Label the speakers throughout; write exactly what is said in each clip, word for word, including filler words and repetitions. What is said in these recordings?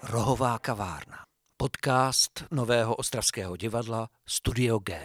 Speaker 1: Rohová kavárna. Podcast Nového ostravského divadla Studio G.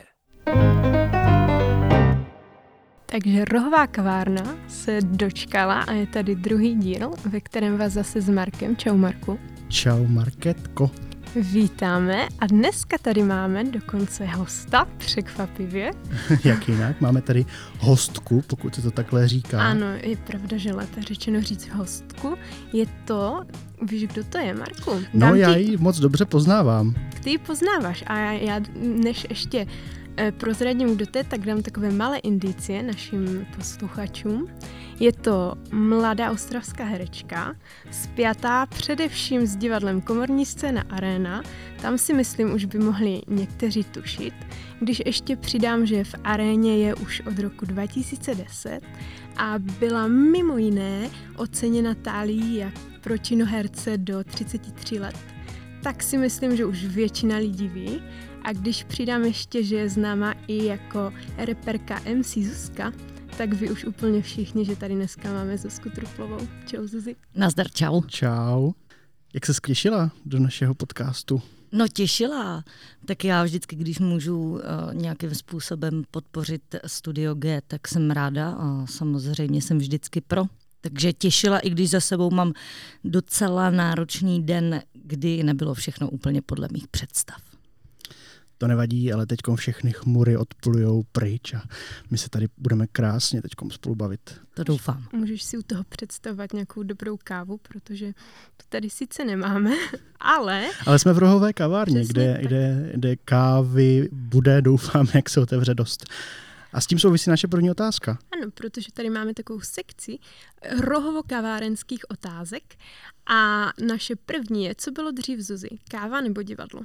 Speaker 2: Takže Rohová kavárna se dočkala a je tady druhý díl, ve kterém vás zase s Markem. Čau Marku.
Speaker 3: Čau Marketko.
Speaker 2: Vítáme a dneska tady máme dokonce hosta, překvapivě.
Speaker 3: Jak jinak? Máme tady hostku, pokud se to takhle říká.
Speaker 2: Ano, je pravda, že lépe řečeno říct hostku. Je to, víš, kdo to je, Marku? Dám
Speaker 3: no
Speaker 2: ti...
Speaker 3: já ji moc dobře poznávám.
Speaker 2: Ty ji poznáváš a já, já než ještě eh, prozradím, kdo to je, tak dám takové malé indicie našim posluchačům. Je to mladá ostravská herečka, spjatá především s divadlem Komorní scéna Arena. Tam si myslím, už by mohli někteří tušit. Když ještě přidám, že v Aréně je už od roku dva tisíce deset a byla mimo jiné oceněna Thálií jak pro činoherce do třicet tři let, tak si myslím, že už většina lidí ví. A když přidám ještě, že je známá i jako reperka em cé Zuzka, tak vy už úplně všichni, že tady dneska máme Zuzku Truflovou. Čau Zuzi.
Speaker 4: Nazdar, čau.
Speaker 3: Čau. Jak ses těšila do našeho podcastu?
Speaker 4: No těšila. Tak já vždycky, když můžu uh, nějakým způsobem podpořit Studio G, tak jsem ráda a samozřejmě jsem vždycky pro. Takže těšila, i když za sebou mám docela náročný den, kdy nebylo všechno úplně podle mých představ.
Speaker 3: To nevadí, ale teďkom všechny chmury odplujou pryč a my se tady budeme krásně teďkom spolu bavit.
Speaker 4: To doufám.
Speaker 2: Můžeš si u toho představovat nějakou dobrou kávu, protože to tady sice nemáme, ale...
Speaker 3: Ale jsme v Rohové kavárně, kde, kde, kde kávy bude, doufám, jak se otevře dost. A s tím souvisí naše první otázka.
Speaker 2: Ano, protože tady máme takovou sekci rohovo-kavárenských otázek a naše první je, co bylo dřív, Zuzi, káva nebo divadlo?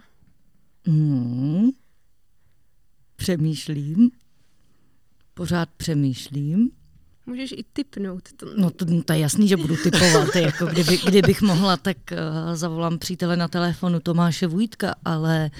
Speaker 4: Hmm. Přemýšlím. Pořád přemýšlím.
Speaker 2: Můžeš i tipnout. To...
Speaker 4: No to, to je jasný, že budu tipovat. Jako kdyby, kdybych mohla, tak uh, zavolám přítele na telefonu Tomáše Vujtka, ale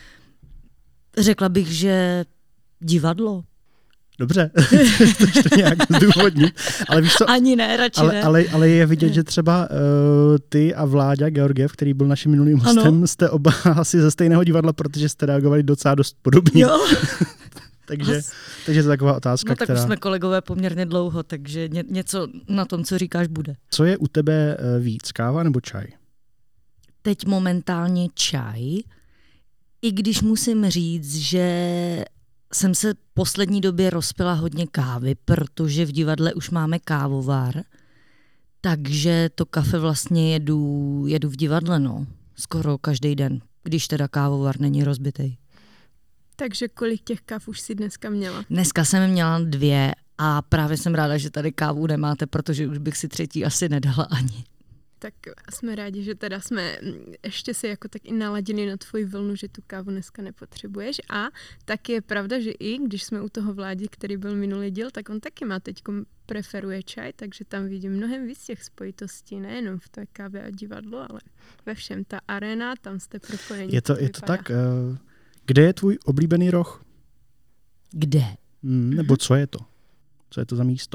Speaker 4: řekla bych, že divadlo.
Speaker 3: Dobře, to nějak zdůvodnit. Ale víš co?
Speaker 4: Ani ne, radši
Speaker 3: ale,
Speaker 4: ne.
Speaker 3: Ale, ale je vidět, že třeba uh, ty a Vláďa Georgiev, který byl naším minulým hostem, ano. Jste oba asi ze stejného divadla, protože jste reagovali docela dost podobně.
Speaker 4: Jo.
Speaker 3: takže, takže to je taková otázka,
Speaker 4: no tak
Speaker 3: která...
Speaker 4: už jsme kolegové poměrně dlouho, takže ně, něco na tom, co říkáš, bude.
Speaker 3: Co je u tebe víc, káva nebo čaj?
Speaker 4: Teď momentálně čaj, i když musím říct, že jsem se poslední době rozpila hodně kávy, protože v divadle už máme kávovar, takže to kafe vlastně jedu, jedu v divadle, no, skoro každý den, když teda kávovar není rozbitej.
Speaker 2: Takže kolik těch káv už si dneska měla?
Speaker 4: Dneska jsem měla dvě a právě jsem ráda, že tady kávu nemáte, protože už bych si třetí asi nedala ani.
Speaker 2: Tak jsme rádi, že teda jsme ještě se jako tak i naladili na tvoji vlnu, že tu kávu dneska nepotřebuješ. A taky je pravda, že i když jsme u toho Vládi, který byl minulý díl, tak on taky má teď preferuje čaj, takže tam vidím mnohem víc těch spojitostí, nejenom v té kávě a divadlo, ale ve všem. Ta Arena, tam jste propojení.
Speaker 3: Je to, to je to tak, uh, kde je tvůj oblíbený roh?
Speaker 4: Kde?
Speaker 3: Hmm, nebo co je to? Co je to za místo?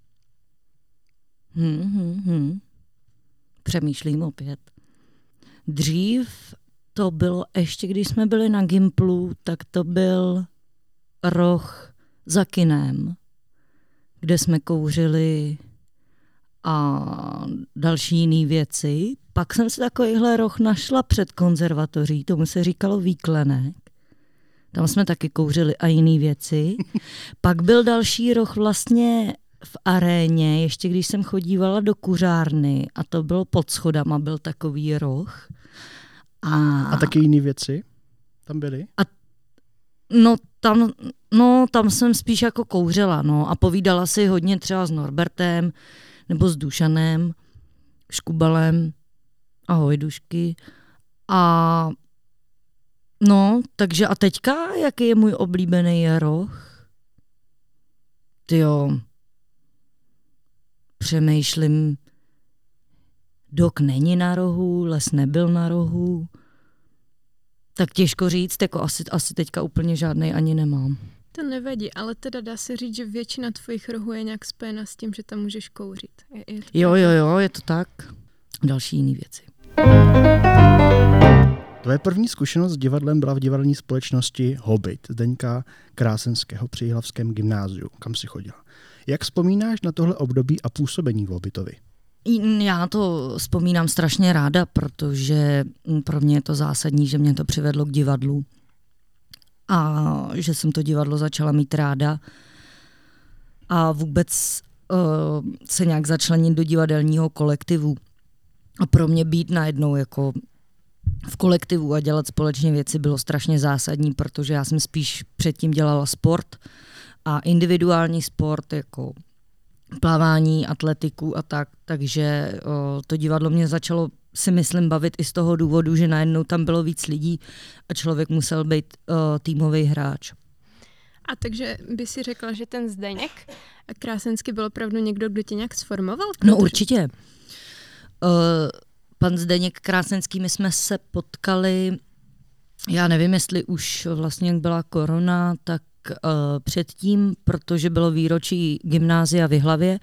Speaker 4: Hmm, hmm, hmm. Přemýšlím opět. Dřív to bylo, ještě když jsme byli na Gimplu, tak to byl roh za kinem, kde jsme kouřili a další jiné věci. Pak jsem si takovýhle roh našla před konzervatoří, tomu se říkalo Výklenek. Tam jsme taky kouřili a jiné věci. Pak byl další roh vlastně v Aréně, ještě když jsem chodívala do kuřárny a to bylo pod schodama, byl takový roh. A,
Speaker 3: a taky jiné věci tam byly?
Speaker 4: A, no, tam, no tam jsem spíš jako kouřila, no, a povídala si hodně třeba s Norbertem nebo s Dušanem, Škubalem, ahoj Dušky. A no, takže a teďka, jaký je můj oblíbený roh? Tyjo, přemýšlím, Dok není na rohu, Les nebyl na rohu. Tak těžko říct, jako asi, asi teďka úplně žádnej ani nemám.
Speaker 2: To nevadí, ale teda dá se říct, že většina tvojich rohů je nějak spojena s tím, že tam můžeš kouřit. Je, je
Speaker 4: jo, jo, jo, je to tak. Další jiný věci.
Speaker 3: Tvoje první zkušenost s divadlem byla v divadelní společnosti Hobit Zdeňka Krásenského při Jihlavském gymnáziu, kam si chodila. Jak vzpomínáš na tohle období a působení v Hobitovi?
Speaker 4: Já na to vzpomínám strašně ráda, protože pro mě je to zásadní, že mě to přivedlo k divadlu a že jsem to divadlo začala mít ráda a vůbec uh, se nějak začlenit do divadelního kolektivu. A pro mě být najednou jako v kolektivu a dělat společně věci bylo strašně zásadní, protože já jsem spíš předtím dělala sport a individuální sport, jako plavání, atletiku a tak, takže o, to divadlo mě začalo, si myslím, bavit i z toho důvodu, že najednou tam bylo víc lidí a člověk musel být o, týmový hráč.
Speaker 2: A takže by si řekla, že ten Zdeněk Krásenský byl opravdu někdo, kdo tě nějak sformoval? Protože...
Speaker 4: No určitě. Uh, pan Zdeněk Krásenský, my jsme se potkali, já nevím, jestli už vlastně jak byla korona, tak uh, předtím, protože bylo výročí gymnázia v Jihlavě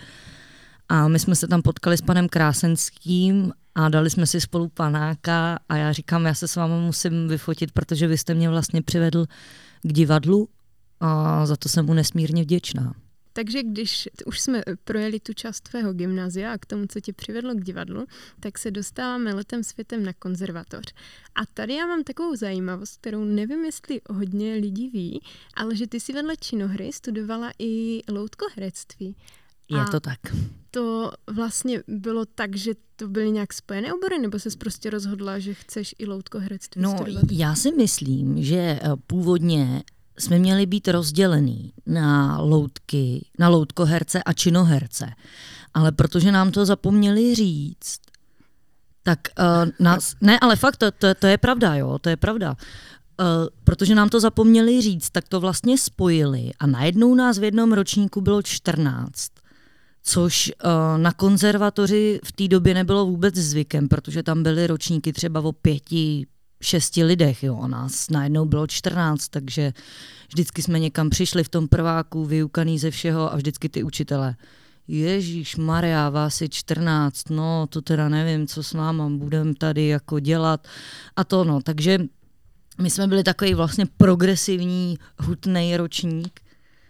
Speaker 4: a my jsme se tam potkali s panem Krásenským a dali jsme si spolu panáka a já říkám, já se s váma musím vyfotit, protože vy jste mě vlastně přivedl k divadlu a za to jsem mu nesmírně vděčná.
Speaker 2: Takže když už jsme projeli tu část tvého gymnázia a k tomu, co tě přivedlo k divadlu, tak se dostáváme letem světem na konzervatoř. A tady já mám takovou zajímavost, kterou nevím, jestli hodně lidí ví, ale že ty si vedle činohry studovala i loutkoherectví.
Speaker 4: Je
Speaker 2: a
Speaker 4: to tak.
Speaker 2: To vlastně bylo tak, že to byly nějak spojené obory, nebo ses prostě rozhodla, že chceš i loutkoherectví
Speaker 4: no,
Speaker 2: studovat?
Speaker 4: Já si myslím, že původně jsme měli být rozdělený na loutky, na loutkoherce a činoherce. Ale protože nám to zapomněli říct, tak uh, nás... Ne, ale fakt, to, to, to je pravda, jo, to je pravda. Uh, protože nám to zapomněli říct, tak to vlastně spojili a najednou nás v jednom ročníku bylo čtrnáct. Což uh, na konzervatoři v té době nebylo vůbec zvykem, protože tam byly ročníky třeba o pěti, šesti lidech, jo, a nás najednou bylo čtrnáct, takže vždycky jsme někam přišli v tom prváku, vyukaný ze všeho a vždycky ty učitelé. Ježíš Maria, vás je čtrnáct, no to teda nevím, co s váma budeme tady jako dělat a to no, takže my jsme byli takový vlastně progresivní, hutnej ročník.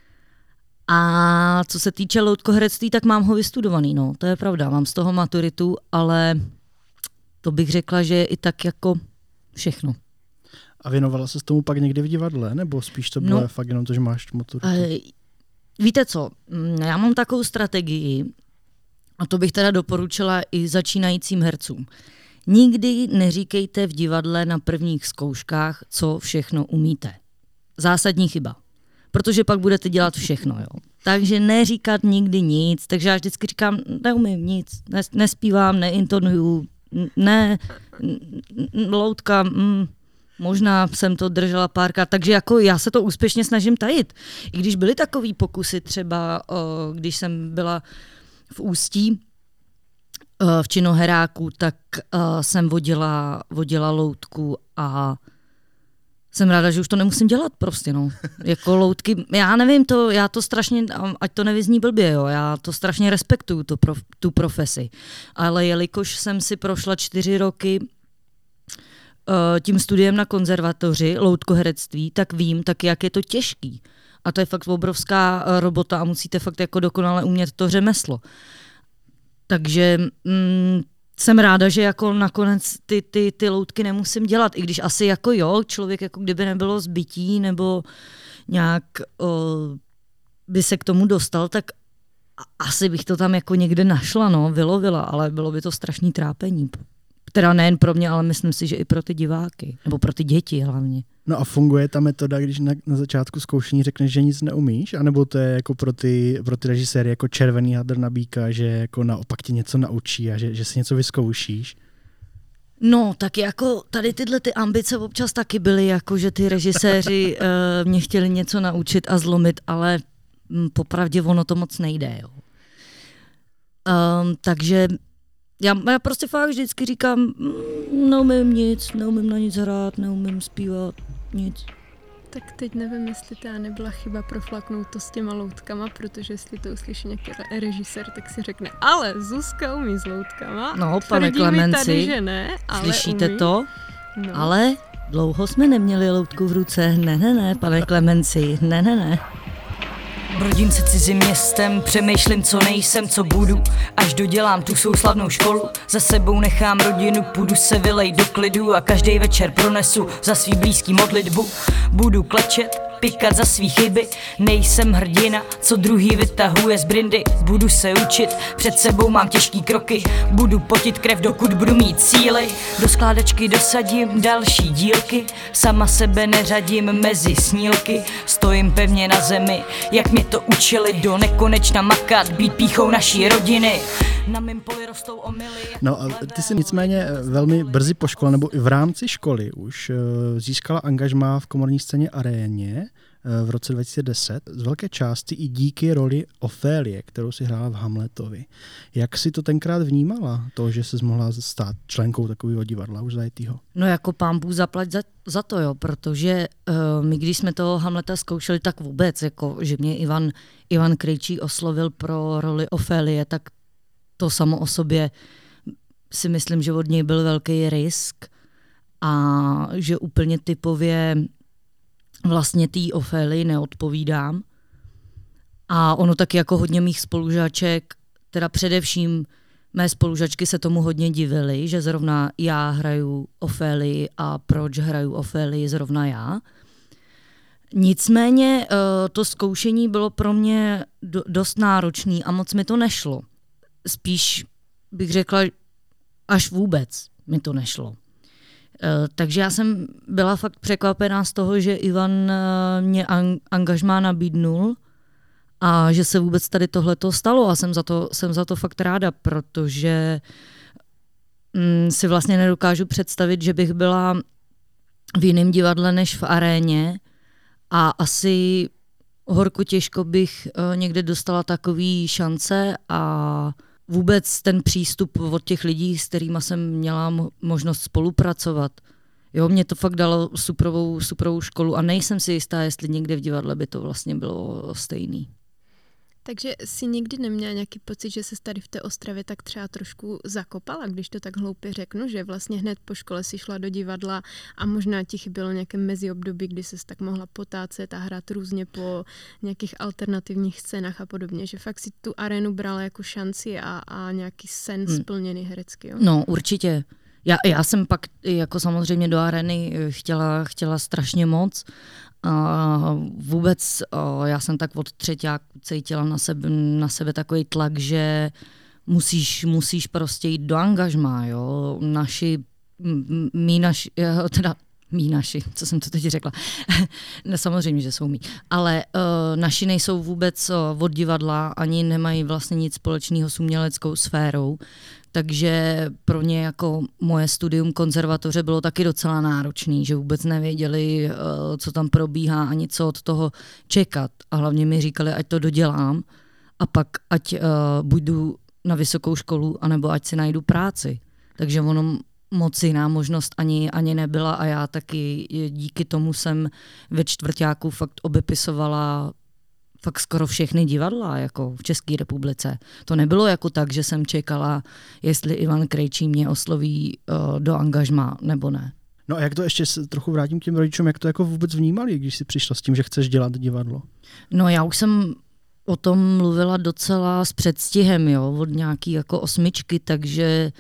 Speaker 4: A co se týče loutkoherectví, tak mám ho vystudovaný, no, to je pravda, mám z toho maturitu, ale to bych řekla, že je i tak jako všechno.
Speaker 3: A věnovala se s tomu pak někdy v divadle, nebo spíš to bylo no, fakt jenom to, že máš maturitu?
Speaker 4: Uh, víte co, já mám takovou strategii, a to bych teda doporučila i začínajícím hercům. Nikdy neříkejte v divadle na prvních zkouškách, co všechno umíte. Zásadní chyba. Protože pak budete dělat všechno, jo. Takže neříkat nikdy nic, takže já vždycky říkám, neumím nic, nespívám, neintonuju, ne, loutka, mm, možná jsem to držela párkrát, takže jako já se to úspěšně snažím tajit. I když byly takový pokusy třeba, o, když jsem byla v Ústí o, v činoheráku, tak o, jsem vodila, vodila loutku a jsem ráda, že už to nemusím dělat prostě, no. Jako loutky, já nevím, to, já to strašně, ať to nevyzní blbě, jo, já to strašně respektuju, to prof, tu profesi. Ale jelikož jsem si prošla čtyři roky uh, tím studiem na konzervatoři, loutkoherectví, tak vím taky, jak je to těžký. A to je fakt obrovská uh, robota a musíte fakt jako dokonale umět to řemeslo. Takže... Mm, jsem ráda, že jako nakonec ty, ty, ty loutky nemusím dělat, i když asi jako jo, člověk jako kdyby nebylo zbytí nebo nějak o, by se k tomu dostal, tak asi bych to tam jako někde našla, no, vylovila, ale bylo by to strašný trápení. Teda nejen pro mě, ale myslím si, že i pro ty diváky, nebo pro ty děti hlavně.
Speaker 3: No a funguje ta metoda, když na, na začátku zkoušení řekneš, že nic neumíš? A nebo to je jako pro ty, pro ty režiséry jako červený hadr na býka, že jako naopak tě něco naučí a že, že si něco vyzkoušíš?
Speaker 4: No, tak jako tady tyhle ty ambice občas taky byly, jako že ty režiséři uh, mě chtěli něco naučit a zlomit, ale m, popravdě ono to moc nejde, jo. Um, takže já, já prostě fakt vždycky říkám, mm, neumím nic, neumím na nic hrát, neumím zpívat, nic.
Speaker 2: Tak teď nevím, jestli to nebyla chyba proflaknout to s těma loutkama, protože jestli to uslyší nějaký režisér, tak si řekne, ale Zuzka umí s loutkama.
Speaker 4: No, pane Klemenci,
Speaker 2: tady, že ne, ale
Speaker 4: slyšíte
Speaker 2: umí.
Speaker 4: to?
Speaker 2: No.
Speaker 4: Ale Dlouho jsme neměli loutku v ruce, ne, ne, ne, pane Klemenci, ne, ne, ne.
Speaker 5: Brodím se cizím městem, přemýšlím, co nejsem, co budu, až dodělám tu svou slavnou školu. Za sebou nechám rodinu, půjdu se vylej do klidu a každý večer pronesu za svý blízký modlitbu. Budu klečet, pikat za svý chyby, nejsem hrdina, co druhý vytahuje z brindy. Budu se učit, před sebou mám těžký kroky, budu potit krev, dokud budu mít síly. Do skládačky dosadím další dílky, sama sebe neřadím mezi snílky. Stojím pevně na zemi, jak mě to učili, do nekonečna makat, být pýchou naší rodiny. Na mým poli rostou omily.
Speaker 3: No a ty jsi nicméně velmi brzy po škole, nebo i v rámci školy už získala angažmá v komorní scéně Aréně v roce dva tisíce deset, z velké části i díky roli Ofélie, kterou si hrála v Hamletovi. Jak si to tenkrát vnímala, to, že jsi mohla stát členkou takového divadla už zajetýho?
Speaker 4: No jako pán Bůh zaplať za, za to, jo, protože uh, my, když jsme toho Hamleta zkoušeli, tak vůbec, jako, že mě Ivan, Ivan Krejčí oslovil pro roli Ofélie, tak to samo o sobě si myslím, že od něj byl velký risk a že úplně typově vlastně té Ofélii neodpovídám. A ono taky jako hodně mých spolužáček, teda především mé spolužačky se tomu hodně divily, že zrovna já hraju Ofélii a proč hraju Ofélii zrovna já. Nicméně to zkoušení bylo pro mě dost náročný a moc mi to nešlo. Spíš bych řekla, až vůbec mi to nešlo. Takže já jsem byla fakt překvapená z toho, že Ivan mě angažmá nabídnul a že se vůbec tady tohleto stalo a jsem za to, jsem za to fakt ráda, protože mm, si vlastně nedokážu představit, že bych byla v jiném divadle než v Aréně a asi horko těžko bych někde dostala takový šance a vůbec ten přístup od těch lidí, s kterými jsem měla možnost spolupracovat. Jo, mě to fakt dalo superovou, superovou školu a nejsem si jistá, jestli někde v divadle by to vlastně bylo stejný.
Speaker 2: Takže jsi nikdy neměla nějaký pocit, že se tady v té Ostravě tak třeba trošku zakopala, když to tak hloupě řeknu, že vlastně hned po škole si šla do divadla a možná ti chybělo nějaké meziobdobí, kdy ses tak mohla potácet a hrát různě po nějakých alternativních scénách a podobně, že fakt si tu Arénu brala jako šanci a, a nějaký sen hmm. splněný herecky, jo?
Speaker 4: No, určitě. Já, já jsem pak jako samozřejmě do Arény chtěla, chtěla strašně moc. A vůbec já jsem tak od třeťáku cítila na sebe, na sebe takový tlak, že musíš, musíš prostě jít do angažmá, jo. Naši, mý naši, teda mý naši, co jsem to teď řekla, no, samozřejmě, že jsou mý, ale uh, naši nejsou vůbec uh, od divadla, ani nemají vlastně nic společného s uměleckou sférou, takže pro ně jako moje studium konzervatoře bylo taky docela náročný, že vůbec nevěděli, uh, co tam probíhá, ani co od toho čekat a hlavně mi říkali, ať to dodělám a pak ať uh, buď jdu na vysokou školu, anebo ať si najdu práci. Takže ono moc jiná možnost ani, ani nebyla a já taky díky tomu jsem ve čtvrťáku fakt obepisovala fakt skoro všechny divadla jako v České republice. To nebylo jako tak, že jsem čekala, jestli Ivan Krejčí mě osloví uh, do angažmá nebo ne.
Speaker 3: No a jak to ještě se trochu vrátím k těm rodičům, jak to jako vůbec vnímali, když jsi přišla s tím, že chceš dělat divadlo?
Speaker 4: No já už jsem o tom mluvila docela s předstihem, jo, od nějaký jako osmičky, takže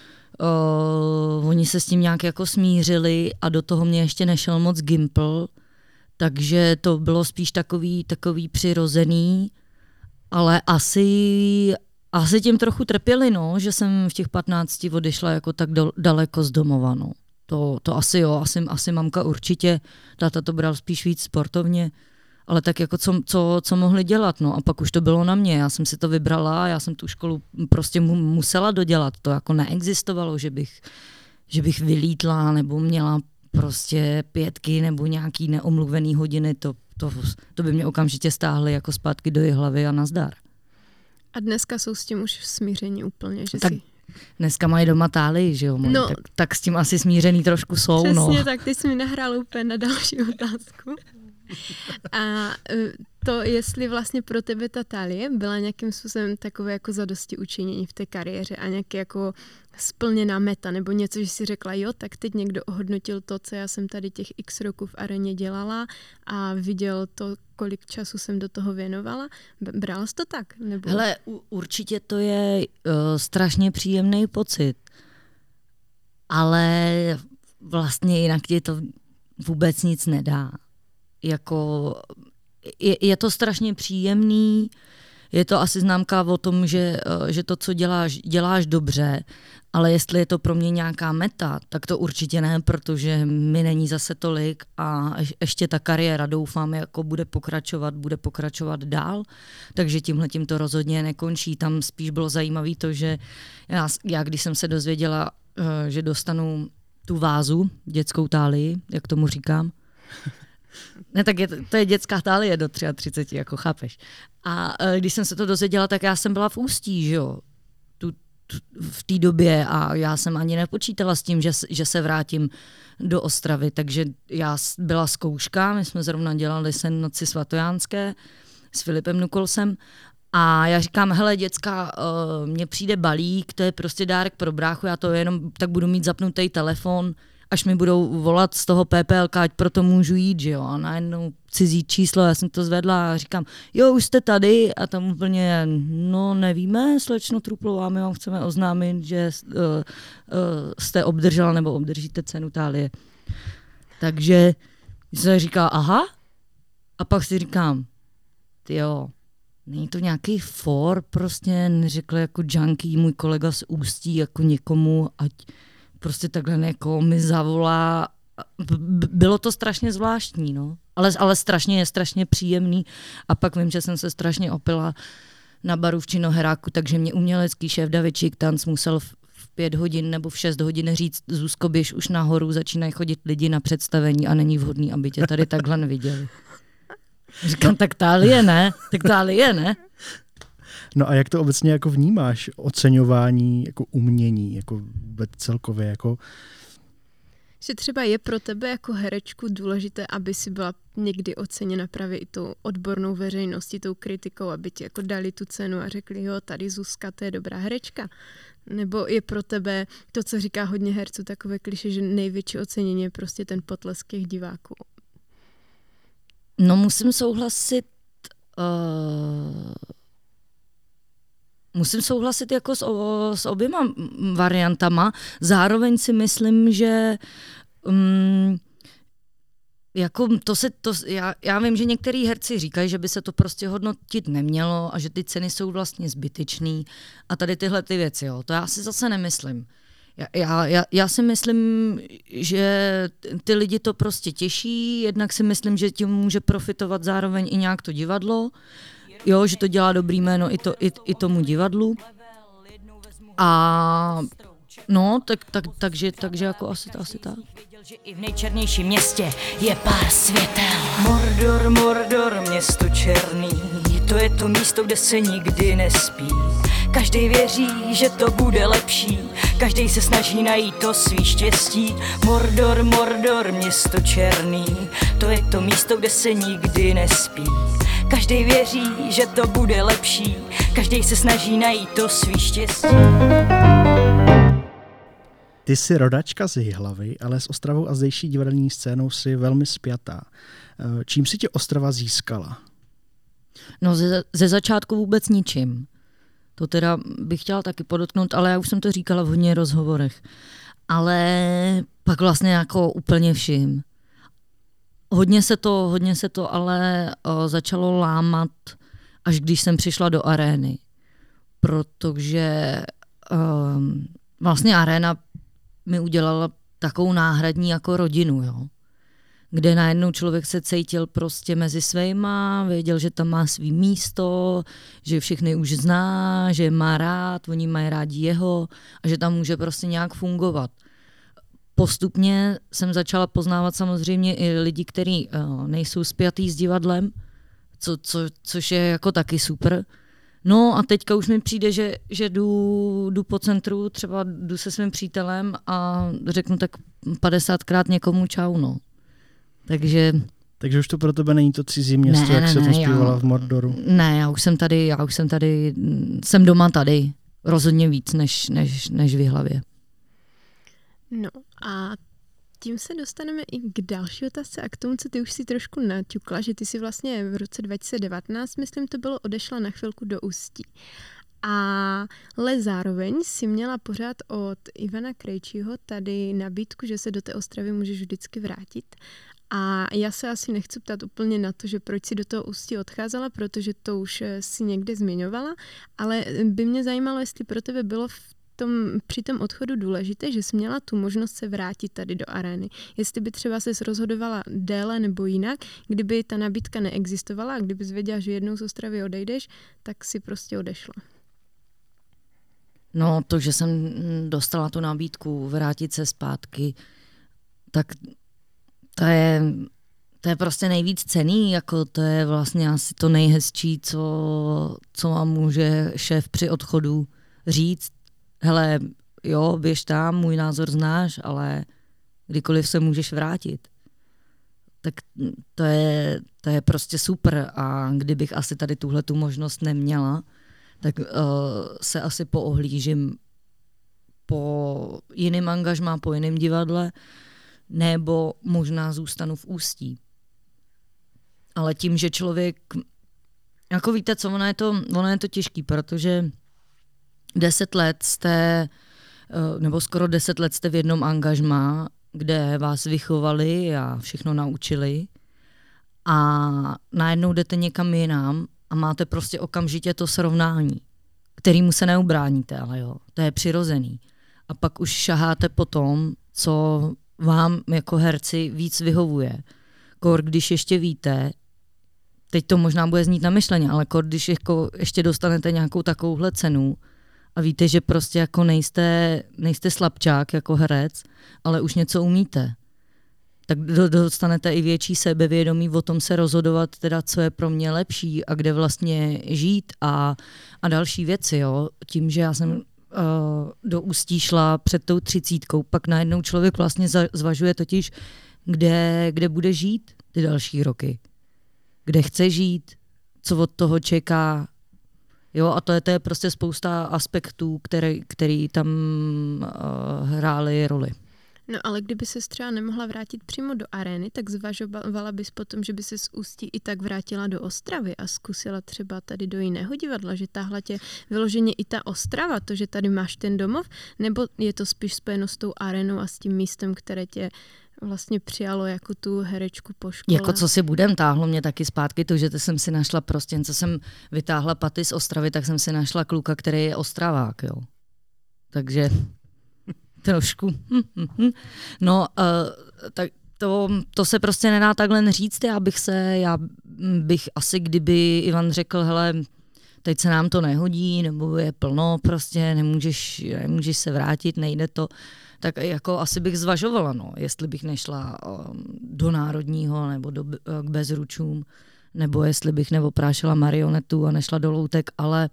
Speaker 4: Uh, oni se s tím nějak jako smířili a do toho mě ještě nešel moc Gimpl, takže to bylo spíš takový, takový přirozený, ale asi, asi tím trochu trpěli, no, že jsem v těch patnácti odešla jako tak do, daleko z domova. No. To, to asi jo, asi, asi mamka určitě, táta to bral spíš víc sportovně, ale tak jako co, co, co mohli dělat, no a pak už to bylo na mě, já jsem si to vybrala, já jsem tu školu prostě mu, musela dodělat, to jako neexistovalo, že bych, že bych vylítla nebo měla prostě pětky nebo nějaký neomluvený hodiny, to, to, to by mě okamžitě stáhly jako zpátky do hlavy a nazdar.
Speaker 2: A dneska jsou s tím už smíření úplně, že
Speaker 4: tak
Speaker 2: si...
Speaker 4: Dneska mají doma tály, že jo, moji, no, tak, tak s tím asi smířený trošku jsou,
Speaker 2: přesně
Speaker 4: no.
Speaker 2: Přesně tak, ty jsi mi nahrál úplně na další otázku. A to, jestli vlastně pro tebe ta Thálie byla nějakým způsobem takové jako zadosti učinění v té kariéře a nějaké jako splněná meta, nebo něco, že si řekla, jo, tak teď někdo ohodnotil to, co já jsem tady těch x roků v aréně dělala a viděl to, kolik času jsem do toho věnovala. Brala jsi to tak? Nebo...
Speaker 4: Hele, určitě to je uh, strašně příjemný pocit, ale vlastně jinak ti to vůbec nic nedá. Jako, je, je to strašně příjemný, je to asi známka o tom, že, že to, co děláš, děláš dobře, ale jestli je to pro mě nějaká meta, tak to určitě ne, protože mi není zase tolik a ještě ta kariéra, doufám, jako bude pokračovat, bude pokračovat dál, takže tímhletím to rozhodně nekončí. Tam spíš bylo zajímavé to, že já, já když jsem se dozvěděla, že dostanu tu vázu, dětskou Thálii, jak tomu říkám, ne, tak je, to je dětská Thálie do třicet tři, jako chápeš. A když jsem se to dozvěděla, tak já jsem byla v Ústí, že jo, tu, tu, v té době a já jsem ani nepočítala s tím, že, že se vrátím do Ostravy, takže já byla zkouška, my jsme zrovna dělali sen noci svatojánské s Filipem Nukolsem a já říkám, hele děcka, uh, mně přijde balík, to je prostě dárek pro bráchu, já to jenom tak budu mít zapnutý telefon, až mi budou volat z toho P P L K, ať proto můžu jít, že jo, a najednou cizí číslo, já jsem to zvedla a říkám, jo, už jste tady a tam úplně, no nevíme, slečno Truplová, my vám chceme oznámit, že uh, uh, jste obdržela nebo obdržíte cenu Thálie. Takže jsem říkala, aha, a pak si říkám, tyjo, není to nějaký for, prostě neřekl jako junkie, můj kolega z Ústí, jako někomu, ať prostě takhle jako mi zavolá. Bylo to strašně zvláštní, no. Ale, ale strašně je strašně příjemný. A pak vím, že jsem se strašně opila na baru v Činoheráku, takže mě umělecký šéf David Šiktanc musel v, v pět hodin nebo v šest hodin říct, Zuzko, běž už nahoru, začínají chodit lidi na představení a není vhodný, aby tě tady takhle neviděli. Říkám, tak Thálie ne, tak Thálie ne.
Speaker 3: No a jak to obecně jako vnímáš, oceňování jako umění, jako vůbec celkově, jako...
Speaker 2: Že třeba je pro tebe jako herečku důležité, aby si byla někdy oceněna právě i tou odbornou veřejností, tou kritikou, aby ti jako dali tu cenu a řekli, jo, tady Zuzka, to je dobrá herečka. Nebo je pro tebe to, co říká hodně herců, takové klišé, že největší ocenění je prostě ten potlesk těch diváků.
Speaker 4: No musím souhlasit... Uh... Musím souhlasit jako s, o, s oběma variantama. Zároveň si myslím, že um, jako to se, to, já, já vím, že některý herci říkají, že by se to prostě hodnotit nemělo a že ty ceny jsou vlastně zbytečný a tady tyhle ty věci. Jo. To já si zase nemyslím. Já, já, já, já si myslím, že ty lidi to prostě těší, jednak si myslím, že tím může profitovat zároveň i nějak to divadlo, jo, že to dělá dobrý jméno i, to, i, i tomu divadlu. A no, tak, tak, takže, takže jako asi, asi tak.
Speaker 5: Že i v nejčernějším městě je pár světel. Mordor, Mordor, město černý, to je to místo, kde se nikdy nespí. Každý věří, že to bude lepší, každý se snaží najít to svý štěstí. Mordor, Mordor, město černý, to je to místo, kde se nikdy nespí. Každý věří, že to bude lepší, každý se snaží najít to svý štěstí.
Speaker 3: Ty jsi rodačka z Jihlavy, ale s Ostravou a zdejší divadelní scénou si velmi spjatá. Čím si tě Ostrava získala?
Speaker 4: No ze, ze začátku vůbec ničím. To teda bych chtěla taky podotknout, ale já už jsem to říkala v hodně rozhovorech. Ale pak vlastně jako úplně vším. Hodně se to, hodně se to ale o, začalo lámat, až když jsem přišla do arény. Protože o, vlastně aréna mi udělala takovou náhradní jako rodinu, jo. Kde najednou člověk se cítil prostě mezi svejma, věděl, že tam má svý místo, že všechny už zná, že je má rád, oni mají rádi jeho a že tam může prostě nějak fungovat. Postupně jsem začala poznávat samozřejmě i lidi, kteří uh, nejsou spjatý s divadlem, co, co, což je jako taky super. No a teďka už mi přijde, že, že jdu, jdu po centru, třeba jdu se svým přítelem a řeknu tak padesátkrát někomu čau, no. Takže...
Speaker 3: Takže už to pro tebe není to cizí město,
Speaker 4: ne,
Speaker 3: jak
Speaker 4: ne,
Speaker 3: se
Speaker 4: ne,
Speaker 3: tam zpívala
Speaker 4: já,
Speaker 3: v Mordoru?
Speaker 4: Ne, já už jsem tady, já už jsem tady, jsem doma tady. Rozhodně víc než, než, než v Jihlavě.
Speaker 2: No a tím se dostaneme i k další otázce a k tomu, co ty už si trošku naťukla, že ty si vlastně v roce dva tisíce devatenáct, myslím, to bylo, odešla na chvilku do Ústí. Ale zároveň si měla pořád od Ivana Krejčího tady nabídku, že se do té Ostravy můžeš vždycky vrátit. A já se asi nechci ptát úplně na to, že proč si do toho Ústí odcházela, protože to už si někde zmiňovala, ale by mě zajímalo, jestli pro tebe bylo v tom, při tom odchodu důležité, že jsi měla tu možnost se vrátit tady do arény. Jestli by třeba ses rozhodovala déle nebo jinak, kdyby ta nabídka neexistovala a kdybys věděla, že jednou z Ostravy odejdeš, tak si prostě odešla.
Speaker 4: No to, že jsem dostala tu nabídku vrátit se zpátky, tak to je, to je prostě nejvíc cenný, jako to je vlastně asi to nejhezčí, co, co vám může šéf při odchodu říct. Hele, jo, běž tam, můj názor znáš, ale kdykoliv se můžeš vrátit. Tak to je, to je prostě super a kdybych asi tady tuhle tu možnost neměla, tak uh, se asi poohlížím po jiném angažmá, po jiném divadle, nebo možná zůstanu v Ústí. Ale tím, že člověk, jako víte co, ono je to, ono je to těžký, protože deset let jste, nebo skoro deset let jste v jednom angažmá, kde vás vychovali a všechno naučili a najednou jdete někam jinam a máte prostě okamžitě to srovnání, kterému se neubráníte, ale jo, to je přirozený. A pak už šaháte po tom, co vám jako herci víc vyhovuje. Kor, když ještě víte, teď to možná bude znít namyšleně, ale kor, když jako ještě dostanete nějakou takovouhle cenu a víte, že prostě jako nejste, nejste slabčák jako herec, ale už něco umíte, tak dostanete i větší sebevědomí o tom se rozhodovat, teda co je pro mě lepší a kde vlastně žít a, a další věci. Jo. Tím, že já jsem uh, do Ústí šla před tou třicítkou, pak najednou člověk vlastně za, zvažuje totiž, kde, kde bude žít ty další roky. Kde chce žít, co od toho čeká. Jo, a to je, to je prostě spousta aspektů, který, který tam uh, hrály roli.
Speaker 2: No ale kdyby se třeba nemohla vrátit přímo do arény, tak zvažovala bys potom, že by se z Ústí i tak vrátila do Ostravy a zkusila třeba tady do jiného divadla, že tahle tě vyloženě i ta Ostrava, to, že tady máš ten domov, nebo je to spíš spojeno s tou arénou a s tím místem, které tě vlastně přijalo jako tu herečku po škole?
Speaker 4: Jako co si budem, táhlo mě taky zpátky to, že to jsem si našla prostě, co jsem vytáhla paty z Ostravy, tak jsem si našla kluka, který je Ostravák, jo. Takže trošku. No, uh, tak to, to se prostě nedá takhle říct, já bych se, já bych asi, kdyby Ivan řekl, hele, teď se nám to nehodí, nebo je plno, prostě nemůžeš, nemůžeš se vrátit, nejde to, tak jako asi bych zvažovala, no, jestli bych nešla um, do Národního nebo do, k Bezručům, nebo jestli bych neoprášila marionetu a nešla do Loutek, ale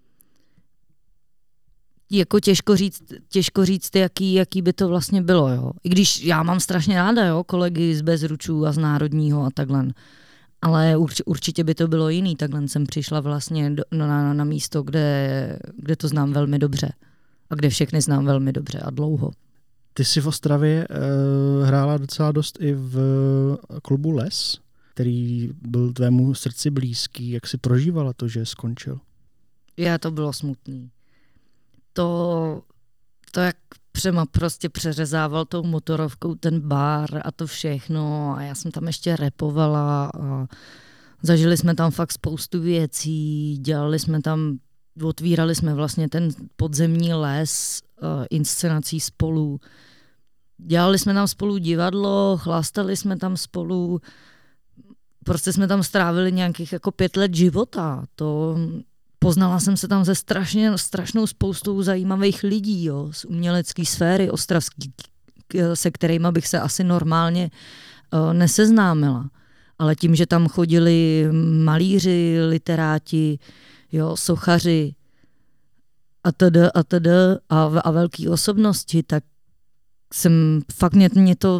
Speaker 4: jako těžko říct, těžko říct jaký, jaký by to vlastně bylo, jo. I když já mám strašně ráda, jo, kolegy z Bezručů a z Národního a takhle. Ale urč, určitě by to bylo jiný. Takhle jsem přišla vlastně do, na, na, na místo, kde, kde to znám velmi dobře. A kde všechny znám velmi dobře a dlouho.
Speaker 3: Ty jsi v Ostravě uh, hrála docela dost i v klubu Les, který byl tvému srdci blízký. Jak jsi prožívala to, že skončil?
Speaker 4: Já, to bylo smutný. To, to jak Přema prostě přeřezával tou motorovkou ten bar a to všechno a já jsem tam ještě rapovala a zažili jsme tam fakt spoustu věcí, dělali jsme tam, otvírali jsme vlastně ten podzemní les uh, inscenací spolu, dělali jsme tam spolu divadlo, chlástali jsme tam spolu, prostě jsme tam strávili nějakých jako pět let života, to... Poznala jsem se tam se strašně, strašnou spoustou zajímavých lidí, jo, z umělecké sféry ostravský, se kterými bych se asi normálně uh, neseznámila. Ale tím, že tam chodili malíři, literáti, jo, sochaři a td. a td. a, a velký osobnosti, tak jsem fakt mě, mě to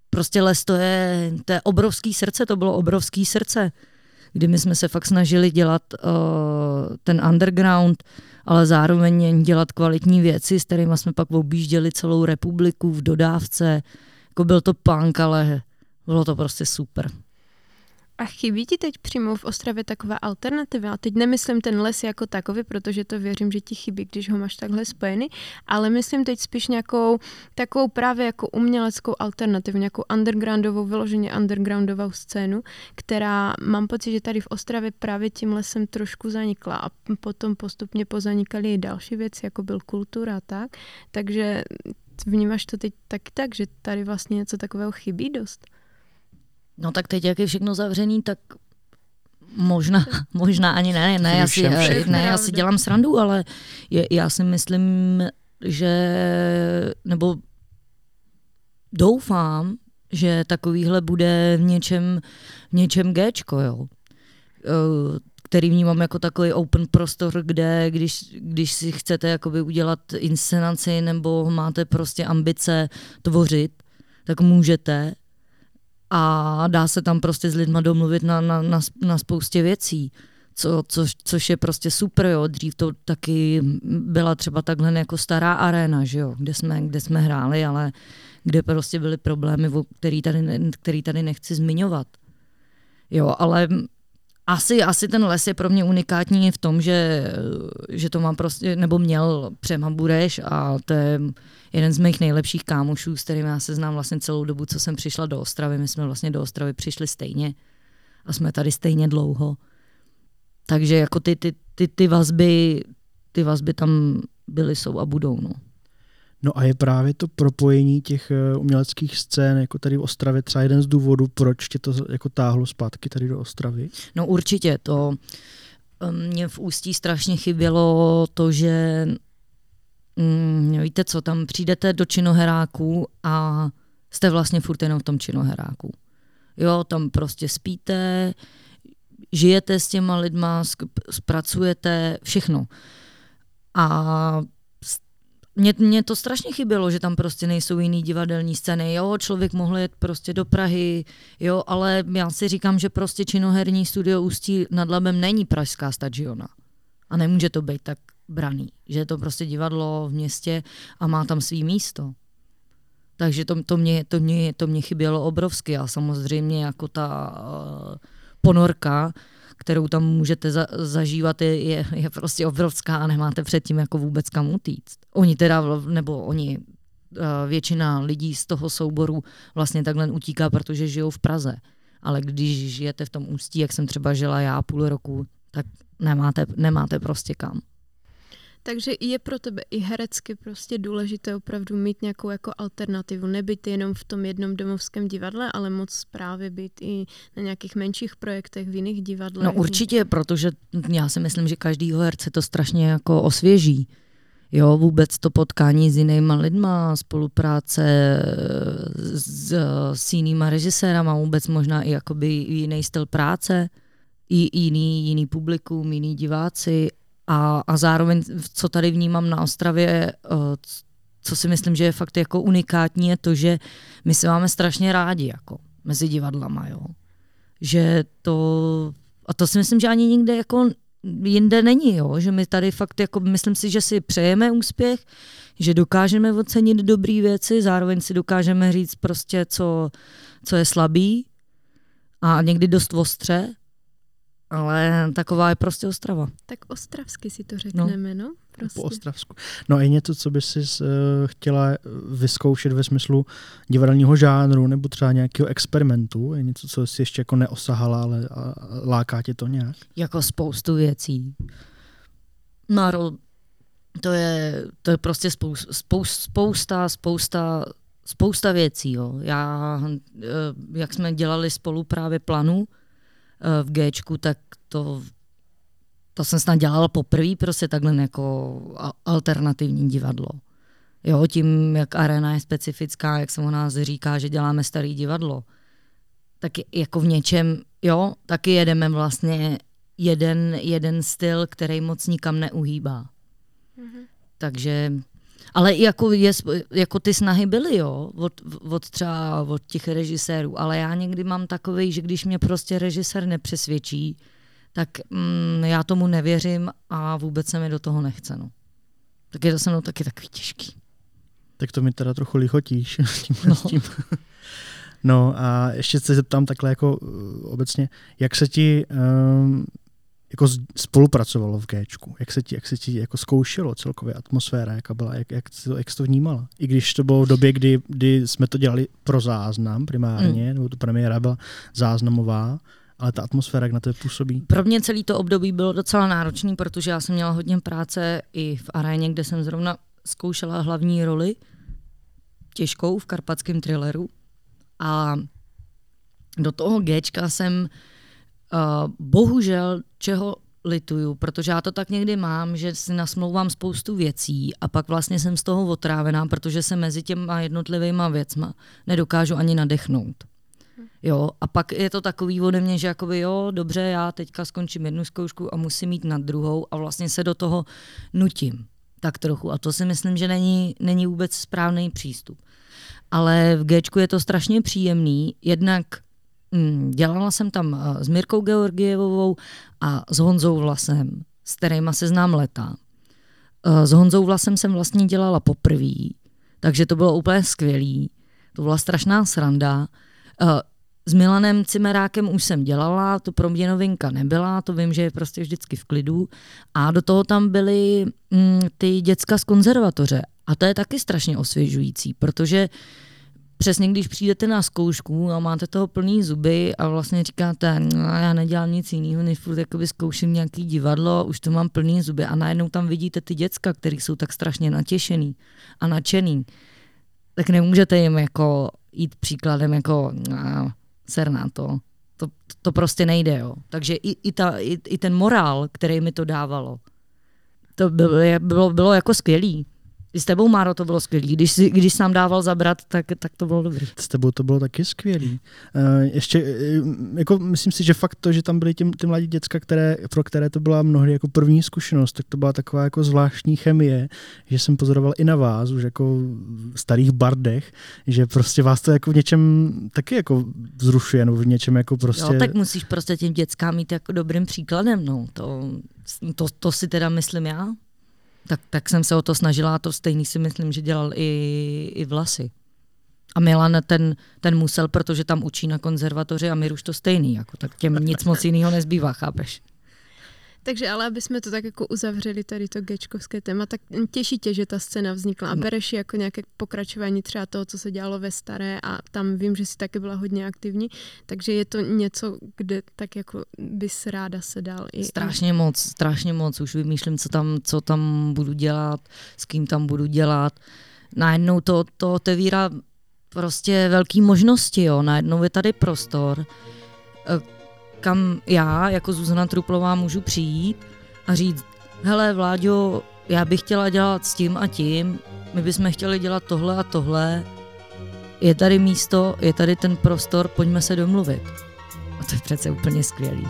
Speaker 4: prostě Les to je, to je obrovský srdce, to bylo obrovský srdce, kdy my jsme se fakt snažili dělat uh, ten underground, ale zároveň dělat kvalitní věci, s kterými jsme pak objížděli celou republiku v dodávce. Jako byl to punk, ale bylo to prostě super.
Speaker 2: A chybí ti teď přímo v Ostravě taková alternativa? A teď nemyslím ten les jako takový, protože to věřím, že ti chybí, když ho máš takhle spojený, ale myslím teď spíš nějakou takovou právě jako uměleckou alternativu, nějakou undergroundovou, vyloženě undergroundovou scénu, která mám pocit, že tady v Ostravě právě tím lesem trošku zanikla a potom postupně pozanikaly i další věci, jako byl kultura a tak. Takže vnímáš to teď taky tak, že tady vlastně něco takového chybí dost?
Speaker 4: No tak teď, jak je všechno zavřený, tak možná, možná ani ne, ne, já si, ne, já si dělám srandu, ale je, já si myslím, že, nebo doufám, že takovýhle bude v něčem, v něčem Géčko, jo. Který vnímám jako takový open prostor, kde když, když si chcete jakoby udělat inscenaci nebo máte prostě ambice tvořit, tak můžete. A dá se tam prostě s lidma domluvit na, na, na, na spoustě věcí, co, co, což je prostě super, jo. Dřív to taky byla třeba takhle jako stará aréna, že jo, kde jsme, kde jsme hráli, ale kde prostě byly problémy, který tady, který tady nechci zmiňovat. Jo, ale asi, asi ten les je pro mě unikátní v tom, že, že to má prostě, nebo měl Přema Bureš a to je jeden z mých nejlepších kámošů, s kterým já se znám vlastně celou dobu, co jsem přišla do Ostravy. My jsme vlastně do Ostravy přišli stejně a jsme tady stejně dlouho. Takže jako ty, ty, ty, ty vazby, ty vazby tam byly, jsou a budou, no.
Speaker 3: No a je právě to propojení těch uměleckých scén, jako tady v Ostravě, třeba jeden z důvodů, proč tě to jako táhlo zpátky tady do Ostravy?
Speaker 4: No určitě, to mě v Ústí strašně chybělo to, že mm, víte co, tam přijdete do činoheráku a jste vlastně furt jenom v tom činoheráku. Jo, tam prostě spíte, žijete s těma lidma, zpracujete, všechno. A Mně, mně to strašně chybělo, že tam prostě nejsou jiný divadelní scény. Jo, člověk mohl jet prostě do Prahy, jo, ale já si říkám, že prostě činoherní studio Ústí nad Labem není pražská stadiona. A nemůže to být tak braný, že je to prostě divadlo v městě a má tam svý místo. Takže to, to, mě, to, mě, to mě chybělo obrovsky a samozřejmě jako ta uh, ponorka, kterou tam můžete za, zažívat, je, je, je prostě obrovská a nemáte předtím jako vůbec kam utíct. Oni teda, nebo oni, většina lidí z toho souboru vlastně takhle utíká, protože žijou v Praze. Ale když žijete v tom Ústí, jak jsem třeba žila já půl roku, tak nemáte, nemáte prostě kam.
Speaker 2: Takže je pro tebe i herecky prostě důležité opravdu mít nějakou jako alternativu, nebyt jenom v tom jednom domovském divadle, ale moc právě být i na nějakých menších projektech v jiných divadlech.
Speaker 4: No určitě, protože já si myslím, že každýho herce to strašně jako osvěží. Jo, vůbec to potkání s jinýma lidma, spolupráce s, s jinýma režisérama, vůbec možná i jakoby jiný styl práce, i jiný, jiný publikum, jiný diváci. A, a zároveň, co tady vnímám na Ostravě, co si myslím, že je fakt jako unikátní, je to, že my se máme strašně rádi jako mezi divadlama, jo. Že to, a to si myslím, že ani nikde jako jinde není, jo. Že my tady fakt jako, myslím si, že si přejeme úspěch, že dokážeme ocenit dobré věci, zároveň si dokážeme říct prostě, co, co je slabý a někdy dost ostře. Ale taková je prostě Ostrava.
Speaker 2: Tak ostravsky si to řekneme, no. no prostě.
Speaker 3: Po ostravsku. No a je něco, co by si uh, chtěla vyzkoušet ve smyslu divadelního žánru nebo třeba nějakého experimentu? Je něco, co jsi ještě jako neosahala, ale a, láká tě to nějak?
Speaker 4: Jako spoustu věcí. No, to je, to je prostě spousta, spousta, spousta, spousta věcí. Jo. Já, jak jsme dělali spolu právě Planu, v Géčku, tak to, to jsem snad dělala poprvé, prostě takhle jako alternativní divadlo. Jo, tím, jak arena je specifická, jak se o nás říká, že děláme starý divadlo, tak jako v něčem, jo, taky jedeme vlastně jeden, jeden styl, který moc nikam neuhýbá. Mm-hmm. Takže Ale jako, je, jako ty snahy byly, jo, od, od třeba od těch režisérů, ale já někdy mám takovej, že když mě prostě režisér nepřesvědčí, tak mm, já tomu nevěřím a vůbec se mi do toho nechce, no. Tak je to se mnou taky takový těžký.
Speaker 3: Tak to mi teda trochu lichotíš tím, no. tím. No a ještě se zeptám takhle jako uh, obecně, jak se ti um, jako spolupracovalo v Géčku? Jak se ti, jak se ti jako zkoušelo celkově atmosféra, jaká byla, jak, jak, to, jak jsi to vnímala? I když to bylo v době, kdy, kdy jsme to dělali pro záznam primárně, mm. nebo to premiéra byla záznamová, ale ta atmosféra, jak na to působí?
Speaker 4: Pro mě celý to období bylo docela náročný, protože já jsem měla hodně práce i v aréně, kde jsem zrovna zkoušela hlavní roli, těžkou v karpatském thrilleru. A do toho Géčka jsem uh, bohužel čeho lituju, protože já to tak někdy mám, že si nasmlouvám spoustu věcí a pak vlastně jsem z toho otrávená, protože se mezi těma jednotlivýma věcma nedokážu ani nadechnout. Jo, a pak je to takový ode mě, že jakoby jo, dobře, já teďka skončím jednu zkoušku a musím jít na druhou a vlastně se do toho nutím tak trochu. A to si myslím, že není, není vůbec správný přístup. Ale v Géčku je to strašně příjemný. Jednak hm, dělala jsem tam s Mirkou Georgievovou a s Honzou Vlasem, s kterýma se znám leta. S Honzou Vlasem jsem vlastně dělala poprvé, takže to bylo úplně skvělý. To byla strašná sranda. S Milanem Cimerákem už jsem dělala, to pro mě novinka nebyla, to vím, že je prostě vždycky v klidu. A do toho tam byly hm, ty děcka z konzervatoře. A to je taky strašně osvěžující, protože přesně když přijdete na zkoušku a máte toho plný zuby a vlastně říkáte, no, já nedělám nic jiného, než furt jakoby zkouším nějaký divadlo, už to mám plný zuby a najednou tam vidíte ty děcka, který jsou tak strašně natěšený a nadšený, tak nemůžete jim jako jít příkladem jako no, ser na to. To, to prostě nejde, jo. Takže i, i, ta, i, i ten morál, který mi to dávalo, to bylo, bylo, bylo jako skvělý. I s tebou, Máro, to bylo skvělý. Když jsi, když jsi nám dával zabrat, tak, tak to bylo dobrý.
Speaker 3: S tebou to bylo taky skvělý. Uh, ještě, jako myslím si, že fakt to, že tam byly ty, ty mladí děcka, které, pro které to byla mnohdy jako první zkušenost, tak to byla taková jako zvláštní chemie, že jsem pozoroval i na vás, už jako v starých bardech, že prostě vás to jako v něčem taky jako vzrušuje, nebo v něčem jako prostě...
Speaker 4: Jo, tak musíš prostě těm dětskám mít jako dobrým příkladem, no. To, to, to si teda myslím já. Tak, tak jsem se o to snažila a to stejný si myslím, že dělal i, i Vlasy. A Milan ten, ten musel, protože tam učí na konzervatoři a Miruš to stejný, jako, tak těm nic moc jiného nezbývá, chápeš?
Speaker 2: Takže ale aby jsme to tak jako uzavřeli tady to géčkovské téma, tak těší tě, že ta scéna vznikla a bereš jako nějaké pokračování třeba toho, co se dělalo ve Staré a tam vím, že jsi taky byla hodně aktivní, takže je to něco, kde tak jako bys ráda se dal. I
Speaker 4: strašně moc, strašně moc, už vymýšlím, co tam, co tam budu dělat, s kým tam budu dělat. Najednou to, to otevírá prostě velký možnosti, jo, najednou je tady prostor, kam já jako Zuzana Truplová můžu přijít a říct, hele Vláďo, já bych chtěla dělat s tím a tím, my bychom chtěli dělat tohle a tohle, je tady místo, je tady ten prostor, pojďme se domluvit. A to je přece úplně skvělý.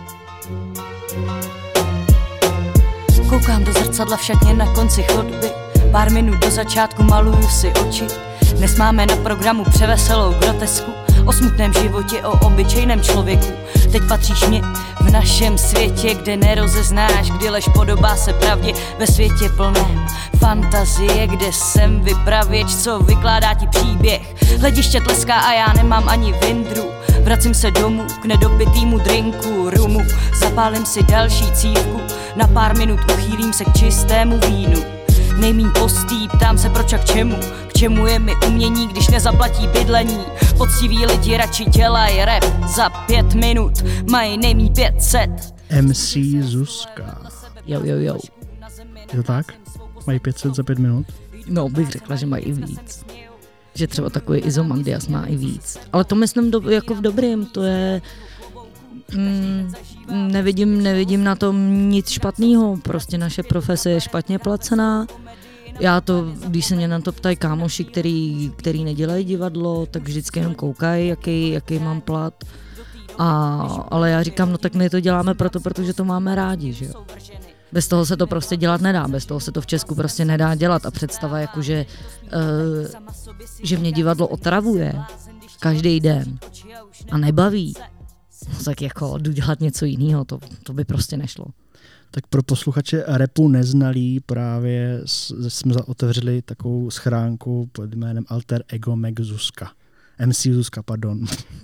Speaker 5: Koukám do zrcadla v šatně na konci chodby, pár minut do začátku maluju si oči. Dnes máme na programu převeselou grotesku, o smutném životě, o obyčejném člověku. Teď patříš mě v našem světě, kde nerozeznáš, kdy lež podobá se pravdě, ve světě plném fantazie, kde jsem vypravěč, co vykládá ti příběh. Hlediště tleská a já nemám ani vindru, vracím se domů k nedopitýmu drinku, rumu, zapálím si další cívku, na pár minut uchýlím se k čistému vínu. Nejmíň postý, ptám se proč a k čemu, k čemu je mi umění, když nezaplatí bydlení. Poctiví lidi radši dělají rap, za pět minut mají nejmíň pět set.
Speaker 3: em cé Zuzka.
Speaker 4: Jo, jo, jo.
Speaker 3: Je to tak? Mají pět set za pět minut?
Speaker 4: No, bych řekla, že mají i víc. Že třeba takový Izomandias má i víc. Ale to myslím do, jako v dobrým, to je... Mm, nevidím, nevidím na tom nic špatného, prostě naše profese je špatně placená. Já to, když se mě na to ptají kámoši, který, který nedělají divadlo, tak vždycky jenom koukají, jaký, jaký mám plat. A, ale já říkám, no tak my to děláme proto, protože to máme rádi, že jo. Bez toho se to prostě dělat nedá, bez toho se to v Česku prostě nedá dělat a představa jako, že, uh, že mě divadlo otravuje každý den a nebaví, no tak jako jdu dělat něco jiného, to, to by prostě nešlo.
Speaker 3: Tak pro posluchače rapu neznalý právě jsme otevřeli takovou schránku pod jménem Alter Ego Mac Zuzka. M C Zuzka, pardon.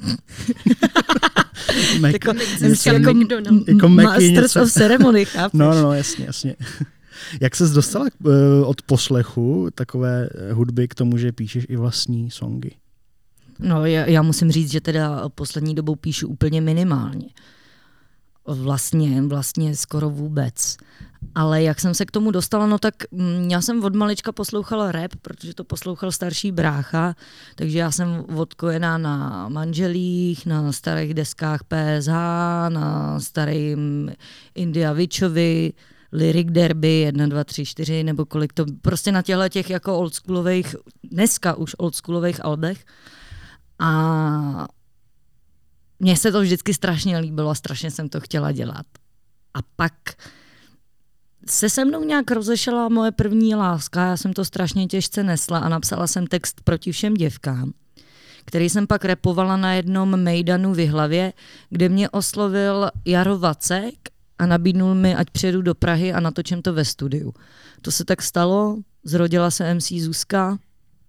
Speaker 3: Mac,
Speaker 4: jako,
Speaker 2: Zuzka jako,
Speaker 3: jako
Speaker 4: Masters of Ceremony, chápeš?
Speaker 3: No, no, jasně, jasně. Jak se dostala uh, od poslechu takové hudby k tomu, že píšeš i vlastní songy?
Speaker 4: No, já, já musím říct, že teda poslední dobou píšu úplně minimálně. Vlastně, vlastně skoro vůbec. Ale jak jsem se k tomu dostala, no tak já jsem od malička poslouchala rap, protože to poslouchal starší brácha, takže já jsem odkojená na Manželích, na starých deskách P S H, na starým India Vičovi, Lyric Derby jedna, dva, tři, čtyři, nebo kolik to, prostě na těchto těch jako oldschoolových, dneska už oldschoolových albech. A mně se to vždycky strašně líbilo a strašně jsem to chtěla dělat. A pak se se mnou nějak rozešla moje první láska, já jsem to strašně těžce nesla a napsala jsem text Proti všem děvkám, který jsem pak rapovala na jednom mejdanu v Jihlavě, kde mě oslovil Jaro Vacek a nabídnul mi, ať přijedu do Prahy a natočím to ve studiu. To se tak stalo, zrodila se M C Zuzka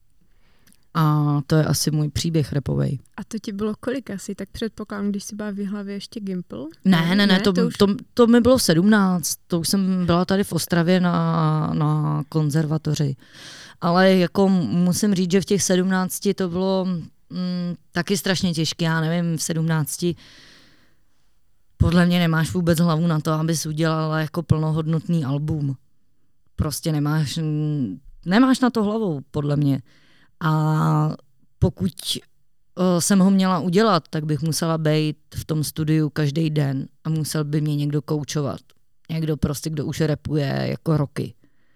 Speaker 4: a to je asi můj příběh rapovej.
Speaker 2: A to ti bylo kolik asi? Tak předpokládám, když jsi byla v Jihlavě ještě Gimpl?
Speaker 4: Ne, ne, ne, ne to,
Speaker 2: to, už...
Speaker 4: to, to mi bylo sedmnáct, to už jsem byla tady v Ostravě na, na konzervatoři. Ale jako musím říct, že v těch sedmnácti to bylo mm, taky strašně těžké, já nevím, v sedmnácti podle mě nemáš vůbec hlavu na to, abys udělala jako plnohodnotný album. Prostě nemáš, nemáš na to hlavou, podle mě. A pokud uh, jsem ho měla udělat, tak bych musela být v tom studiu každý den a musel by mě někdo koučovat. Někdo prostě, kdo už rapuje jako roky.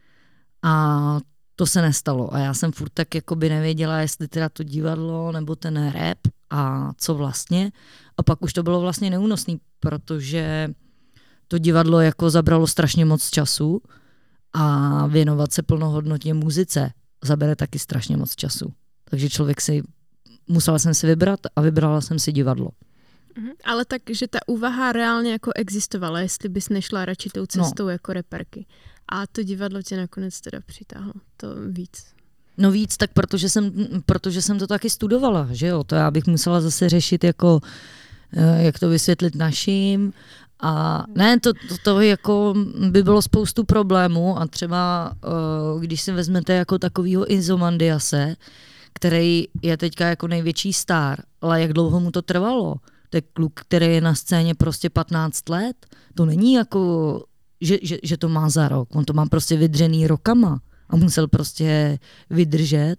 Speaker 4: A to se nestalo. A já jsem furt tak jakoby nevěděla, jestli teda to divadlo nebo ten rap a co vlastně. A pak už to bylo vlastně neúnosný, protože to divadlo jako zabralo strašně moc času a věnovat se plnohodnotně muzice zabere taky strašně moc času. Takže člověk si, musela jsem si vybrat a vybrala jsem si divadlo.
Speaker 2: Mhm, ale tak, že ta úvaha reálně jako existovala, jestli bys nešla radši tou cestou no. jako reperky. A to divadlo tě nakonec teda přitáhlo. To víc.
Speaker 4: No víc, tak protože jsem, protože jsem to taky studovala, že jo. To já bych musela zase řešit jako, jak to vysvětlit našim. A ne, to, to, to jako by bylo spoustu problémů a třeba, když si vezmete jako takovýho Izomandiase, který je teďka jako největší star, ale jak dlouho mu to trvalo? To je kluk, který je na scéně prostě patnáct let. To není jako, že, že, že to má za rok. On to má prostě vydřený rokama a musel prostě vydržet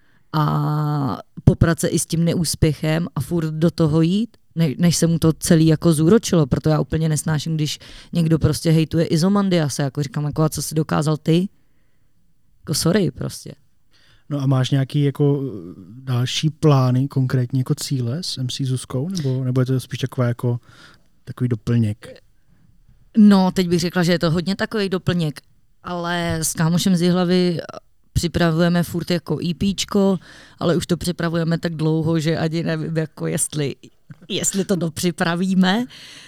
Speaker 4: a poprat se i s tím neúspěchem a furt do toho jít, ne, než se mu to celý jako zúročilo. Proto já úplně nesnáším, když někdo prostě hejtuje Izomandiase. Jako říkám, jako, a co jsi dokázal ty? Jako sorry prostě.
Speaker 3: No a máš nějaký jako další plány, konkrétně jako cíle s M C Zuzkou? Nebo, nebo je to spíš taková jako takový doplněk?
Speaker 4: No, teď bych řekla, že je to hodně takový doplněk, ale s kámošem z Jihlavy připravujeme furt jako EPčko, ale už to připravujeme tak dlouho, že ani nevím, jako jestli, jestli to dopřipravíme.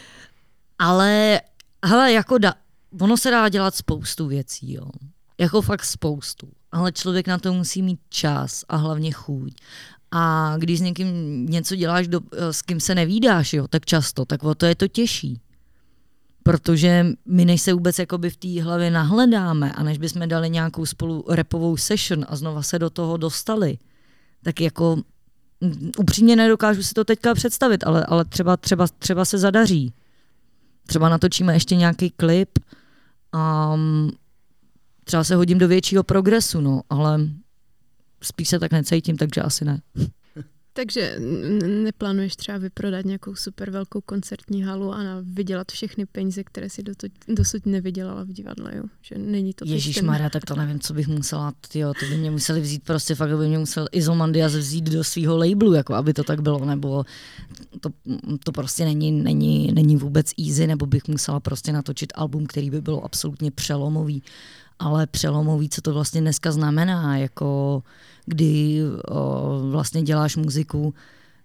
Speaker 4: Ale hele, jako da, ono se dá dělat spoustu věcí, jo. Jako fakt spoustu. Ale člověk na to musí mít čas a hlavně chuť. A když s někým něco děláš, do, s kým se nevídáš, jo, tak často, tak o to je to těžší. Protože my než se vůbec jakoby v té hlavě nahledáme a než bychom dali nějakou spolu rapovou session a znova se do toho dostali, tak jako upřímně nedokážu si to teďka představit, ale, ale třeba, třeba, třeba se zadaří. Třeba natočíme ještě nějaký klip a třeba se hodím do většího progresu, no, ale spíš se tak necítím, takže asi ne.
Speaker 2: Takže neplánuješ třeba vyprodat nějakou super velkou koncertní halu a vydělat všechny peníze, které si dosud, dosud nevydělala v divadle, jo? Že není to
Speaker 4: Ježišmarja, tak to nevím, co bych musela, tyjo, to by mě museli vzít prostě fakt, by mě musel Izomandias vzít do svého labelu, jako aby to tak bylo, nebo to, to prostě není, není, není vůbec easy, nebo bych musela prostě natočit album, který by bylo absolutně přelomový. Ale přelomový, co to vlastně dneska znamená, jako kdy o, vlastně děláš muziku,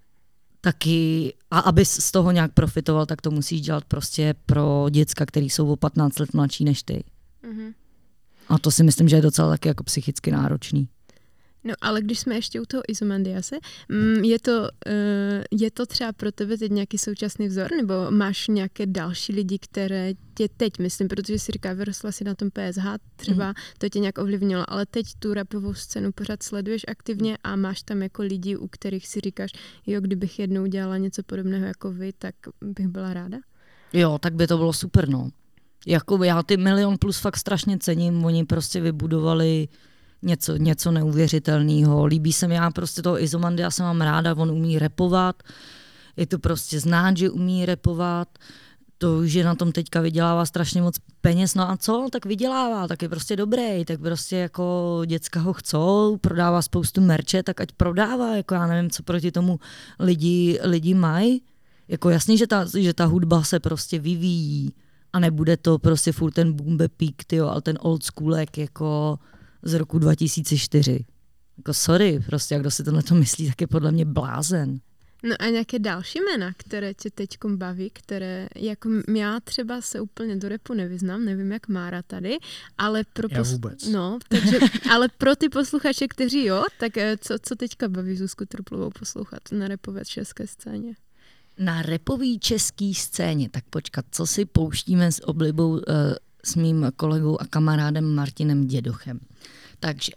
Speaker 4: taky, a abys z toho nějak profitoval, tak to musíš dělat prostě pro děcka, který jsou o patnáct let mladší než ty. Mm-hmm. A to si myslím, že je docela taky jako psychicky náročný.
Speaker 2: No ale když jsme ještě u toho Izomandiase, je to, je to třeba pro tebe teď nějaký současný vzor, nebo máš nějaké další lidi, které tě teď, myslím, protože si říká, vyrostla si na tom P S H, třeba mm. to tě nějak ovlivnilo, ale teď tu rapovou scénu pořád sleduješ aktivně a máš tam jako lidi, u kterých si říkáš, jo, kdybych jednou dělala něco podobného jako vy, tak bych byla ráda?
Speaker 4: Jo, tak by to bylo super, no. Jako já ty Milion Plus fakt strašně cením, oni prostě vybudovali Něco, něco neuvěřitelného. Líbí se mi, já prostě toho Izomandia se mám ráda, on umí rapovat, je to prostě znát, že umí rapovat, to, že na tom teďka vydělává strašně moc peněz, no a co, tak vydělává, tak je prostě dobrý, tak prostě jako děcka ho chcou, prodává spoustu merče, tak ať prodává, jako já nevím, co proti tomu lidi, lidi mají. Jako jasně, že ta, že ta hudba se prostě vyvíjí a nebude to prostě furt ten boom bapík, tyjo, ale ten old schoolek jako z roku dva tisíce čtyři. Jako sorry, prostě, jak kdo si tohle to myslí, tak je podle mě blázen.
Speaker 2: No a nějaké další jména, které tě teďkom baví, které, jako já třeba se úplně do rapu nevyznám, nevím jak Mára tady, ale pro,
Speaker 3: já vůbec.
Speaker 2: No, takže, ale pro ty posluchače, kteří jo, tak co, co teďka baví Zuzku Trplovou poslouchat na rapové české scéně?
Speaker 4: Na rapový české scéně, tak počkat, co si pouštíme s oblibou uh, s mým kolegou a kamarádem Martinem Dědochem. Takže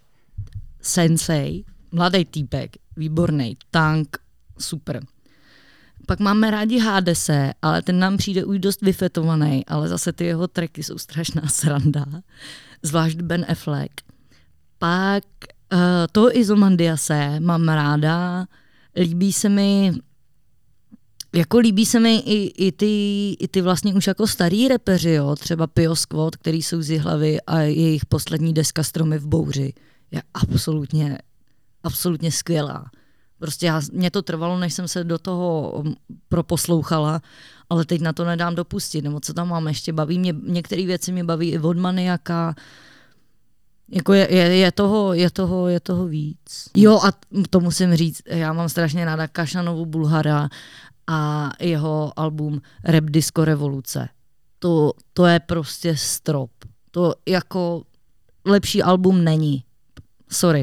Speaker 4: Sensei, mladý týpek, výborný, tank, super. Pak máme rádi H D S, ale ten nám přijde už dost vyfetovaný, ale zase ty jeho tracky jsou strašná sranda, zvlášť Ben Affleck. Pak uh, toho Izomandiase mám ráda, líbí se mi Jako líbí se mi i, i, ty, i ty vlastně už jako starý repeři, jo, třeba Pio Squad, který jsou z Jihlavy a jejich poslední deska Stromy v bouři je absolutně, absolutně skvělá. Prostě já, mě to trvalo, než jsem se do toho proposlouchala, ale teď na to nedám dopustit, nebo co tam mám ještě baví. Mě, některé věci mě baví i od Maniaka, jako je, je, je, toho, je, toho, je toho víc. Jo a to musím říct, já mám strašně ráda Kašanovu Bulhara a jeho album Rap Disco Revoluce. To, to je prostě strop. To jako lepší album není. Sorry.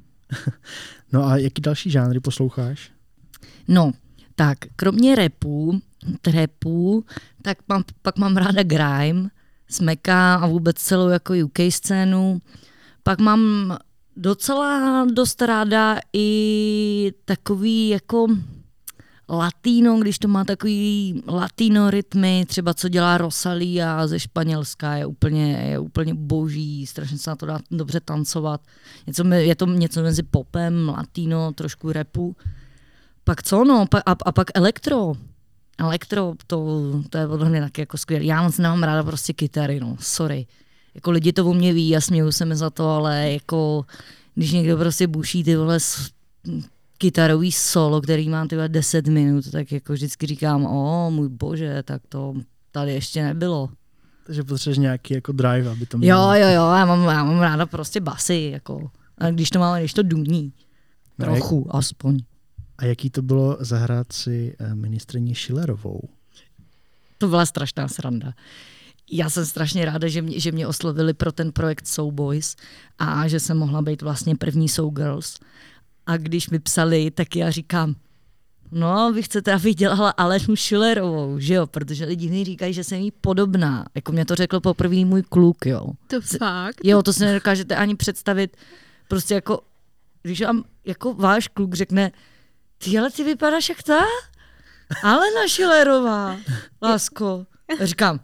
Speaker 3: No a jaký další žánry posloucháš?
Speaker 4: No, tak kromě rapu, trapu, tak mám, pak mám ráda grime, smeka a vůbec celou jako U K scénu. Pak mám docela dost ráda i takový jako latino, když to má takový latino rytmy, třeba co dělá Rosalía ze Španělska, je úplně, je úplně boží, strašně se na to dá dobře tancovat. Něco, je to něco mezi popem, latino, trošku rapu. Pak co no, a, a pak elektro. Elektro, to, to je podle mě taky jako skvělé. Já moc nemám ráda prostě kytary, no, sorry. Jako lidi to o mě ví a směju se mi za to, ale jako když někdo prostě buší ty vole kytarový solo, který má tyhle deset minut, tak jako vždycky říkám, o můj bože, tak to tady ještě nebylo.
Speaker 3: Takže potřebuješ nějaký jako drive, aby to mělo.
Speaker 4: Jo, jo, jo, já mám, já mám ráda prostě basy, jako, a když to máme, když to duní. Trochu, no, aspoň.
Speaker 3: A jaký to bylo zahrát si ministryni Schillerovou?
Speaker 4: To byla strašná sranda. Já jsem strašně ráda, že mě, že mě oslovili pro ten projekt Showboys a že jsem mohla být vlastně první Showgirls. A když mi psali, tak já říkám, no, vy chcete, aby dělala Alenu Schillerovou, že jo? Protože lidi mi říkají, že jsem jí podobná. Jako mě to řekl poprvé můj kluk, jo.
Speaker 2: To fakt?
Speaker 4: Jo, to si nedokážete ani představit. Prostě jako, když vám jako váš kluk řekne, ty, ale ty vypadáš jak ta? Alena Schillerová, lásko. A říkám,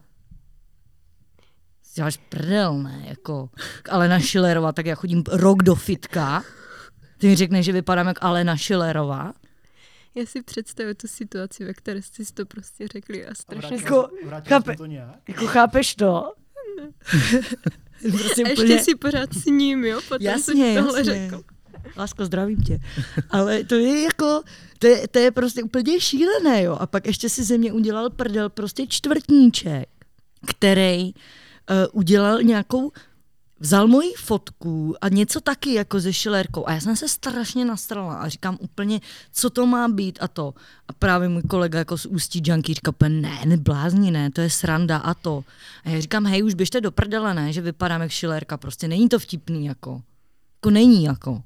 Speaker 4: děláš prdel, ne? Jako Alena Schillerová, tak já chodím rok do fitka. Ty mi řekneš, že vypadám jak Alena Schillerová.
Speaker 2: Já si představuji tu situaci, ve které jsi to prostě řekli a strašně...
Speaker 4: Jako, chápe, to jako chápeš to?
Speaker 2: prostě a ještě úplně... si pořád s ním, jo? Potom
Speaker 4: jasně,
Speaker 2: tohle
Speaker 4: jasně.
Speaker 2: řekl.
Speaker 4: Lásko, zdravím tě. Ale to je jako, to je, to je prostě úplně šílené, jo. A pak ještě si ze mě udělal prdel prostě čtvrtníček, který uh, udělal nějakou, vzal moji fotku a něco taky jako se Schillerkou. A já jsem se strašně nastrala a říkám úplně, co to má být a to. A právě můj kolega jako z Ústí Junkie říká, ne, neblázni, ne, to je sranda a to. A já říkám, hej, už běžte do prdele, ne, že vypadám jak Schillerka, prostě není to vtipný, jako. Jako není, jako.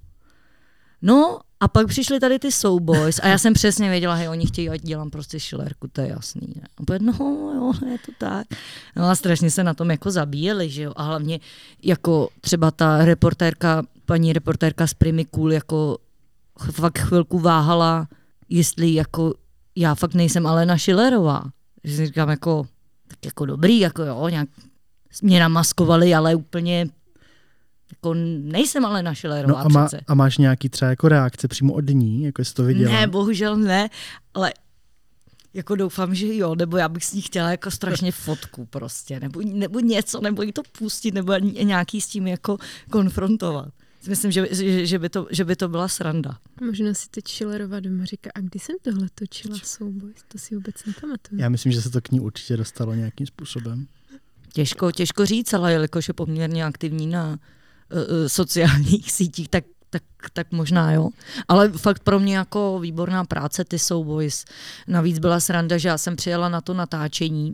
Speaker 4: No a pak přišli tady ty Soulboys a já jsem přesně věděla, hej, oni chtějí, ať dělám prostě Schillerku, to je jasný. Ne? A povedl, no jo, je to tak. No a strašně se na tom jako zabíjeli, že jo. A hlavně jako třeba ta reportérka, paní reportérka z Primy Cool jako fakt chvilku váhala, jestli jako já fakt nejsem Alena Schillerová. Že si říkám jako, tak jako dobrý, jako jo, nějak mě namaskovali, ale úplně jako nejsem Alena Schillerová
Speaker 3: no a, má,
Speaker 4: přece.
Speaker 3: A máš nějaký třeba jako reakce přímo od ní, jako jsi to viděla?
Speaker 4: Ne, bohužel ne, ale jako doufám, že jo, nebo já bych s ní chtěla jako strašně fotku prostě, nebo, nebo něco, nebo jí to pustit, nebo nějaký s tím jako konfrontovat. Myslím, že, že, že, by to, že by to byla sranda.
Speaker 2: Možná si teď Schillerova doma říká, a kdy jsem tohle točila Soulboys, to si vůbec nepamatuju.
Speaker 3: Já myslím, že se to k ní určitě dostalo nějakým způsobem.
Speaker 4: Těžko, těžko říct, ale jelikož je poměrně aktivní na uh, sociálních sítích, tak, tak, tak možná jo. Ale fakt pro mě jako výborná práce ty Soulboys. Navíc byla sranda, že já jsem přijela na to natáčení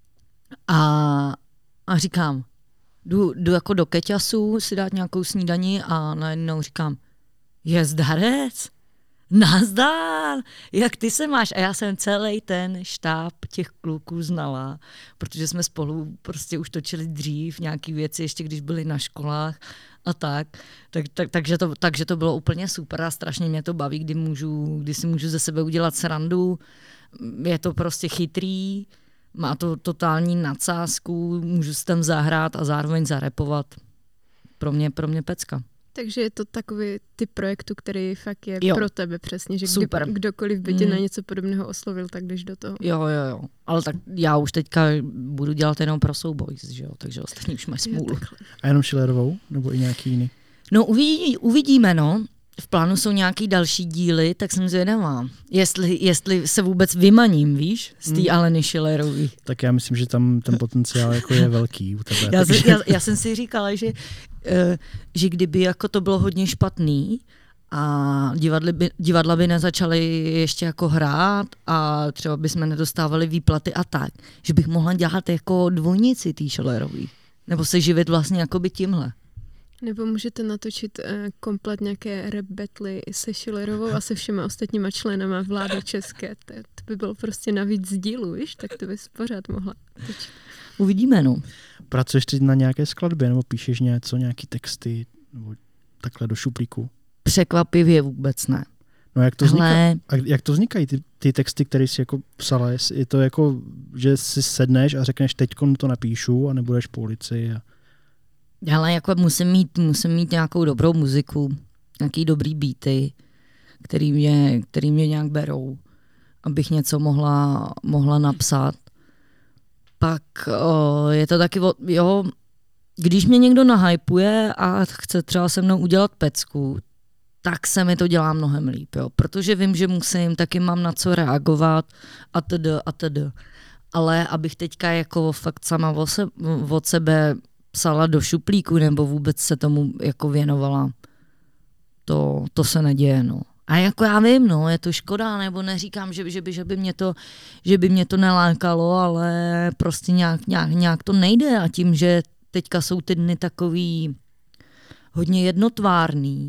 Speaker 4: a, a říkám, jdu, jdu jako do Keťasu si dát nějakou snídani a najednou říkám, je zdarec? Nazdar, jak ty se máš? A já jsem celý ten štáb těch kluků znala, protože jsme spolu prostě už točili dřív nějaký věci, ještě když byli na školách a tak. tak, tak takže, to, takže to bylo úplně super a strašně mě to baví, kdy, můžu, kdy si můžu ze sebe udělat srandu. Je to prostě chytrý, má to totální nadsázku, můžu si tam zahrát a zároveň zarepovat. Pro mě, pro mě pecka.
Speaker 2: Takže je to takový typ projektu, který fakt je
Speaker 4: jo.
Speaker 2: pro tebe přesně, že
Speaker 4: Super.
Speaker 2: Kdy, kdokoliv by tě
Speaker 4: mm.
Speaker 2: na něco podobného oslovil, tak jdeš do toho.
Speaker 4: Jo, jo, jo. Ale tak já už teďka budu dělat jenom pro Soulboys, že jo, takže ostatní už mají smůlu.
Speaker 3: A jenom Schillerovou? Nebo i nějaký jiný?
Speaker 4: No uvidí, uvidíme, no. V plánu jsou nějaký další díly, tak jsem zvědavá. Jestli, jestli se vůbec vymaním, víš, z té mm. Aleny Schillerový.
Speaker 3: Tak já myslím, že tam ten potenciál jako je velký u tebe.
Speaker 4: Já, takže... já, já jsem si říkala, že, uh, že kdyby jako to bylo hodně špatný a divadly by, divadla by nezačaly ještě jako hrát a třeba bychom nedostávali výplaty a tak, že bych mohla dělat jako dvojnici té Schillerový. Nebo se živit vlastně jakoby tímhle.
Speaker 2: Nebo můžete natočit uh, komplet nějaké rap battly se Schillerovou a se všema ostatníma členama vlády české. To, to by bylo prostě navíc z dílu, víš? Tak to bys pořád mohla točit.
Speaker 4: Uvidíme, no.
Speaker 3: Pracuješ teď na nějaké skladbě, nebo píšeš něco, nějaký texty, nebo takhle do šuplíku?
Speaker 4: Překvapivě vůbec ne.
Speaker 3: No jak to vzniká? A jak to vznikají ty, ty texty, které jsi jako psala? Je to jako, že si sedneš a řekneš, teďkon to napíšu a nebudeš po ulici a...
Speaker 4: Ale jako musím mít, musím mít nějakou dobrou muziku, nějaký dobrý beaty, který mě, který mě nějak berou, abych něco mohla, mohla napsat. Pak o, je to taky, jo, když mě někdo nahypuje a chce třeba se mnou udělat pecku, tak se mi to dělá mnohem líp, jo, protože vím, že musím, taky mám na co reagovat a td. a td. Ale abych teďka jako fakt sama od sebe psala do šuplíku nebo vůbec se tomu jako věnovala. To, to se neděje, no. A jako já vím, no, je to škoda, nebo neříkám, že, že, by, že, by, mě to, že by mě to nelákalo, ale prostě nějak, nějak, nějak to nejde a tím, že teďka jsou ty dny takový hodně jednotvárný,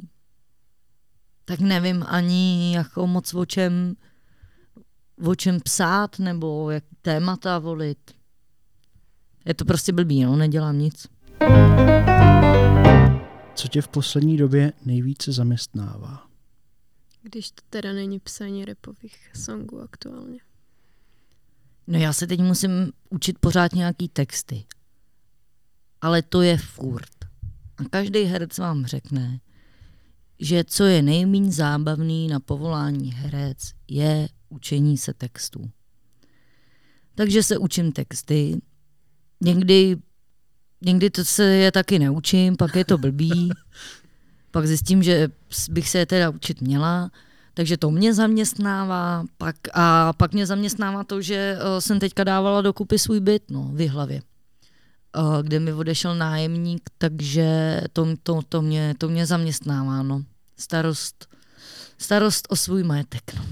Speaker 4: tak nevím ani jako moc o čem, o čem psát nebo jak témata volit. Je to prostě blbý, no, nedělám nic.
Speaker 3: Co tě v poslední době nejvíce zaměstnává?
Speaker 2: Když to teda není psaní rapových songů aktuálně.
Speaker 4: No já se teď musím učit pořád nějaký texty. Ale to je furt. A každý herec vám řekne, že co je nejméně zábavný na povolání herec, je učení se textů. Takže se učím texty. Někdy, někdy to se je taky neučím, pak je to blbý. Pak zjistím, že bych se je teda učit měla. Takže to mě zaměstnává. Pak, a pak mě zaměstnává to, že uh, jsem teďka dávala dokupy svůj byt, no, v Jihlavě, uh, kde mi odešel nájemník, takže to, to, to, mě, to mě zaměstnává, no. Starost, starost o svůj majetek, no.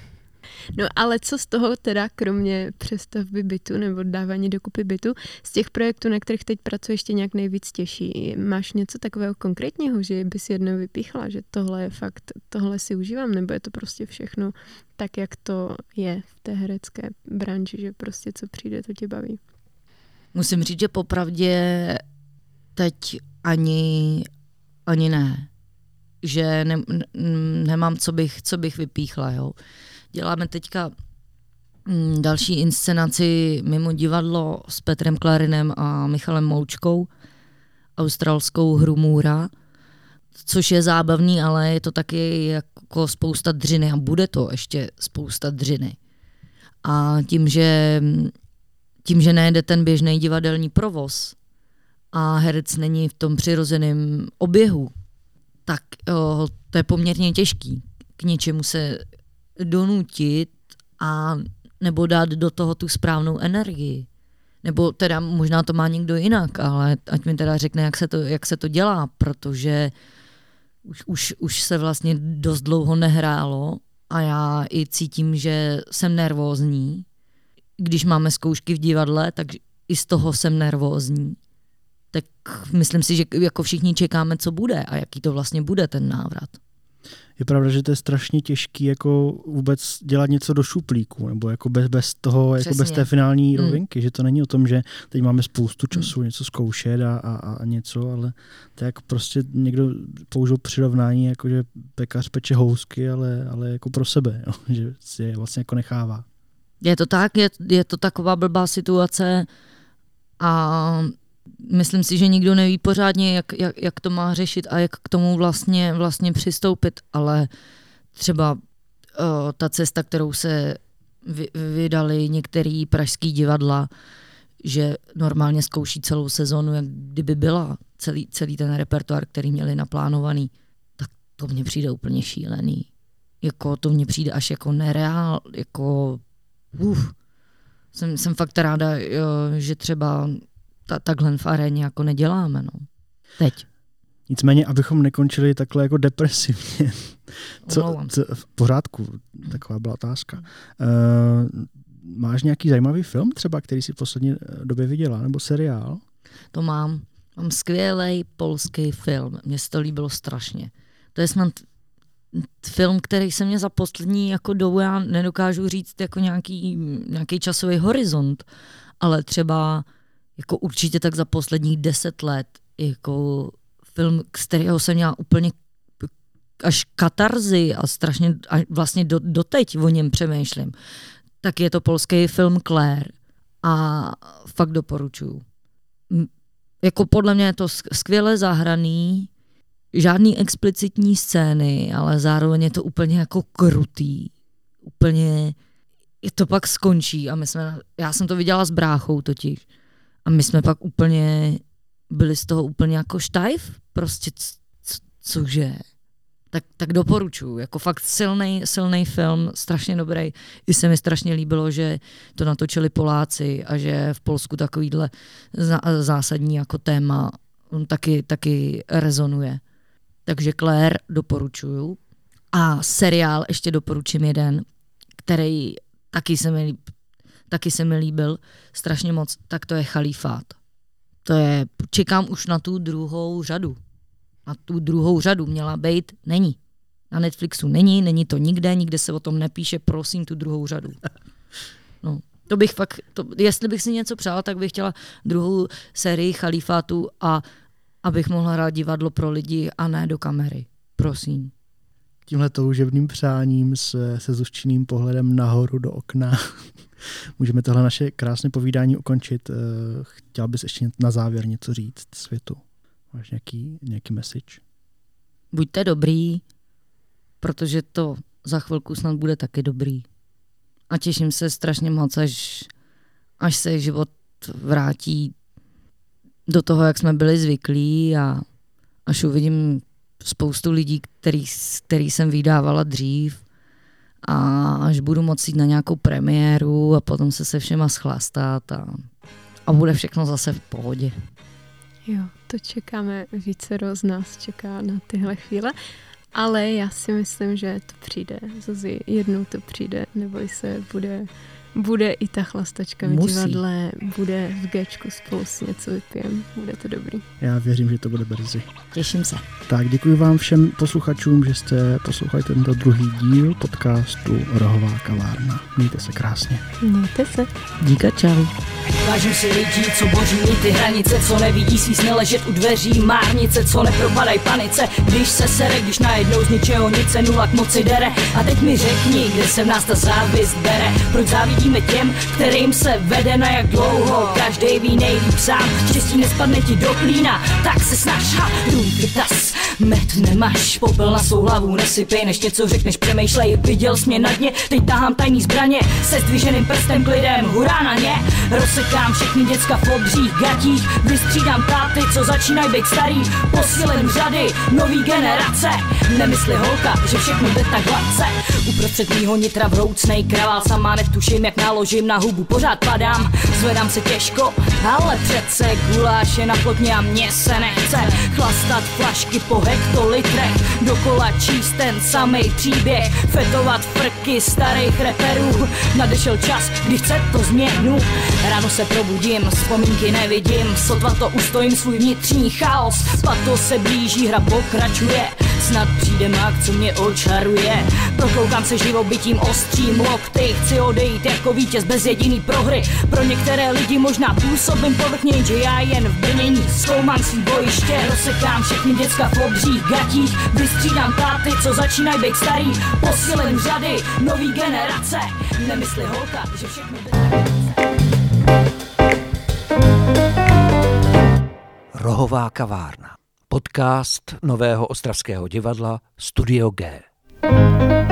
Speaker 2: No ale co z toho teda, kromě přestavby bytu nebo dávání dokupy bytu, z těch projektů, na kterých teď pracuješ, ještě nějak nejvíc těší? Máš něco takového konkrétního, že bys jednou vypíchla, že tohle je fakt, tohle si užívám, nebo je to prostě všechno tak, jak to je v té herecké branži, že prostě co přijde, to tě baví?
Speaker 4: Musím říct, že popravdě teď ani, ani ne. Že ne, nemám, co bych, co bych vypíchla, jo. Děláme teďka mm, další inscenaci mimo divadlo s Petrem Klarinem a Michalem Moučkou, australskou hru Můra, což je zábavný, ale je to taky jako spousta dřiny a bude to ještě spousta dřiny. A tím, že, tím, že nejde ten běžný divadelní provoz a herec není v tom přirozeném oběhu, tak o, to je poměrně těžký k něčemu se donutit a nebo dát do toho tu správnou energii. Nebo teda možná to má někdo jinak, ale ať mi teda řekne, jak se to, jak se to dělá, protože už, už, už se vlastně dost dlouho nehrálo a já i cítím, že jsem nervózní. Když máme zkoušky v divadle, tak i z toho jsem nervózní. Tak myslím si, že jako všichni čekáme, co bude a jaký to vlastně bude ten návrat.
Speaker 3: Je pravda, že to je strašně těžký jako vůbec dělat něco do šuplíku, nebo jako bez, bez toho, jako bez té finální mm. rovinky, že to není o tom, že teď máme spoustu času mm. něco zkoušet a, a, a něco, ale to jako prostě někdo použil přirovnání, jako že pekař peče housky, ale, ale jako pro sebe, jo, že si je vlastně jako nechává.
Speaker 4: Je to tak, je, je to taková blbá situace a myslím si, že nikdo neví pořádně, jak, jak, jak to má řešit a jak k tomu vlastně, vlastně přistoupit, ale třeba uh, ta cesta, kterou se vy, vydali některé pražský divadla, že normálně zkouší celou sezonu, jak kdyby byla celý, celý ten repertoár, který měli naplánovaný, tak to mně přijde úplně šílený. Jako to mně přijde až jako nereál, jako uf. Jsem, jsem fakt ráda, uh, že třeba Ta, takhle v aréně jako neděláme, no. Teď.
Speaker 3: Nicméně, abychom nekončili takhle jako depresivně. Co, co, v pořádku, taková byla otázka. Uh, máš nějaký zajímavý film třeba, který jsi v poslední době viděla, nebo seriál?
Speaker 4: To mám. Mám skvělej polský film. Mně se to líbilo strašně. To je snad film, který se mě za poslední jako dobu, já nedokážu říct jako nějaký, nějaký časový horizont, ale třeba jako určitě tak za posledních deset let, jako film, z kterého jsem měla úplně až katarzy a strašně, a vlastně do, doteď o něm přemýšlím, tak je to polský film Claire a fakt doporučuju. Jako podle mě je to skvěle zahraný, žádný explicitní scény, ale zároveň je to úplně jako krutý, úplně, je to pak skončí a my jsme, já jsem to viděla s bráchou totiž, a my jsme pak úplně byli z toho úplně jako štajf, prostě c- c- cože. Tak, tak doporučuji, jako fakt silnej, silnej film, strašně dobrý. I se mi strašně líbilo, že to natočili Poláci a že v Polsku takovýhle zá- zásadní jako téma taky, taky rezonuje. Takže Claire doporučuju. A seriál ještě doporučím jeden, který taky se mi líbil. taky se mi líbil strašně moc, tak to je Chalífát. To je, čekám už na tu druhou řadu. Na tu druhou řadu měla být, není. Na Netflixu není, není to nikde, nikde se o tom nepíše, prosím tu druhou řadu. No, to bych fakt, to, jestli bych si něco přála, tak bych chtěla druhou sérii Chalífátu a abych mohla hrát divadlo pro lidi a ne do kamery. Prosím.
Speaker 3: Tímhle toužebným přáním se, se zuščeným pohledem nahoru do okna můžeme tohle naše krásné povídání ukončit. Chtěl bys ještě na závěr něco říct světu? Máš nějaký, nějaký message?
Speaker 4: buďte dobrý, protože to za chvilku snad bude taky dobrý. A těším se strašně moc, až, až se život vrátí do toho, jak jsme byli zvyklí a až uvidím spoustu lidí, který, který jsem vydávala dřív a až budu moct jít na nějakou premiéru a potom se se všema schlastat a, a bude všechno zase v pohodě.
Speaker 2: Jo, to čekáme, vícero z nás čeká na tyhle chvíle, ale já si myslím, že to přijde, Zuzi, jednou to přijde, neboj se, bude, bude i ta chlastačka v
Speaker 4: Musí.
Speaker 2: divadle, bude v Géčku spolu s něco vypijem, bude to dobrý.
Speaker 3: Já věřím, že to bude brzy.
Speaker 4: Těším se.
Speaker 3: Tak děkuji vám všem posluchačům, že jste poslouchali tento druhý díl podcastu Rohová kavárna. Mějte se krásně.
Speaker 2: Mějte se.
Speaker 4: Díka, čau.
Speaker 5: Vážím si lidí, co boří ty hranice, co nevidí svý sny ležet u dveří, márnice, co nepropadají panice, když se sere, když najednou z ničeho nic se nula k moci dere. A teď mi řekni, kde se v nás ta závist bere, proč závidíme těm, kterým se vede na jak dlouho, každej ví nejlíp sám, štěstí nespadne ti do klína, tak se snaž, ha, důvky tas, med nemáš, popel na svou hlavu nesypej, než něco řekneš, přemýšlej, viděl jsi mě na dně, teď tahám tajný zbraně, se zdviženým prstem k lidem, hurá na ně, rozsekám všechny děcka v obřích gatích, vystřídám táty, co začínají být starý, posílím řady, nový generace, nemysli holka, že všechno jde tak hladce, uprostřed mýho nitra vroucnej kravál, sama netuším, jak naložím na hubu, pořád padám, zvedám se těžko, ale přece guláš je na plotně a mě se nechce chlastat flašky po hektolitrech, dokola číst ten samej příběh, fetovat frky starých reperů, nadešel čas, kdy chce to změnu, ráno se probudím, vzpomínky nevidím, sotva to ustojím svůj vnitřní chaos, pato se blíží, hra pokračuje, snad přijde mák, co mě očaruje, protloukám se živobytím ostřím lokty, chci odejít jako vítěz bez jediný prohry, pro některé lidi možná působím povrchně, že já jen v brnění zkoumám svý bojiště, rozsekám všechny děcka v obřích gatích, vystřídám táty, co začínají být starý, posílím řady, nový generace, nemysli holka, že všechno jde tak.
Speaker 1: Rohová kavárna. Podcast Nového ostravského divadla Studio G.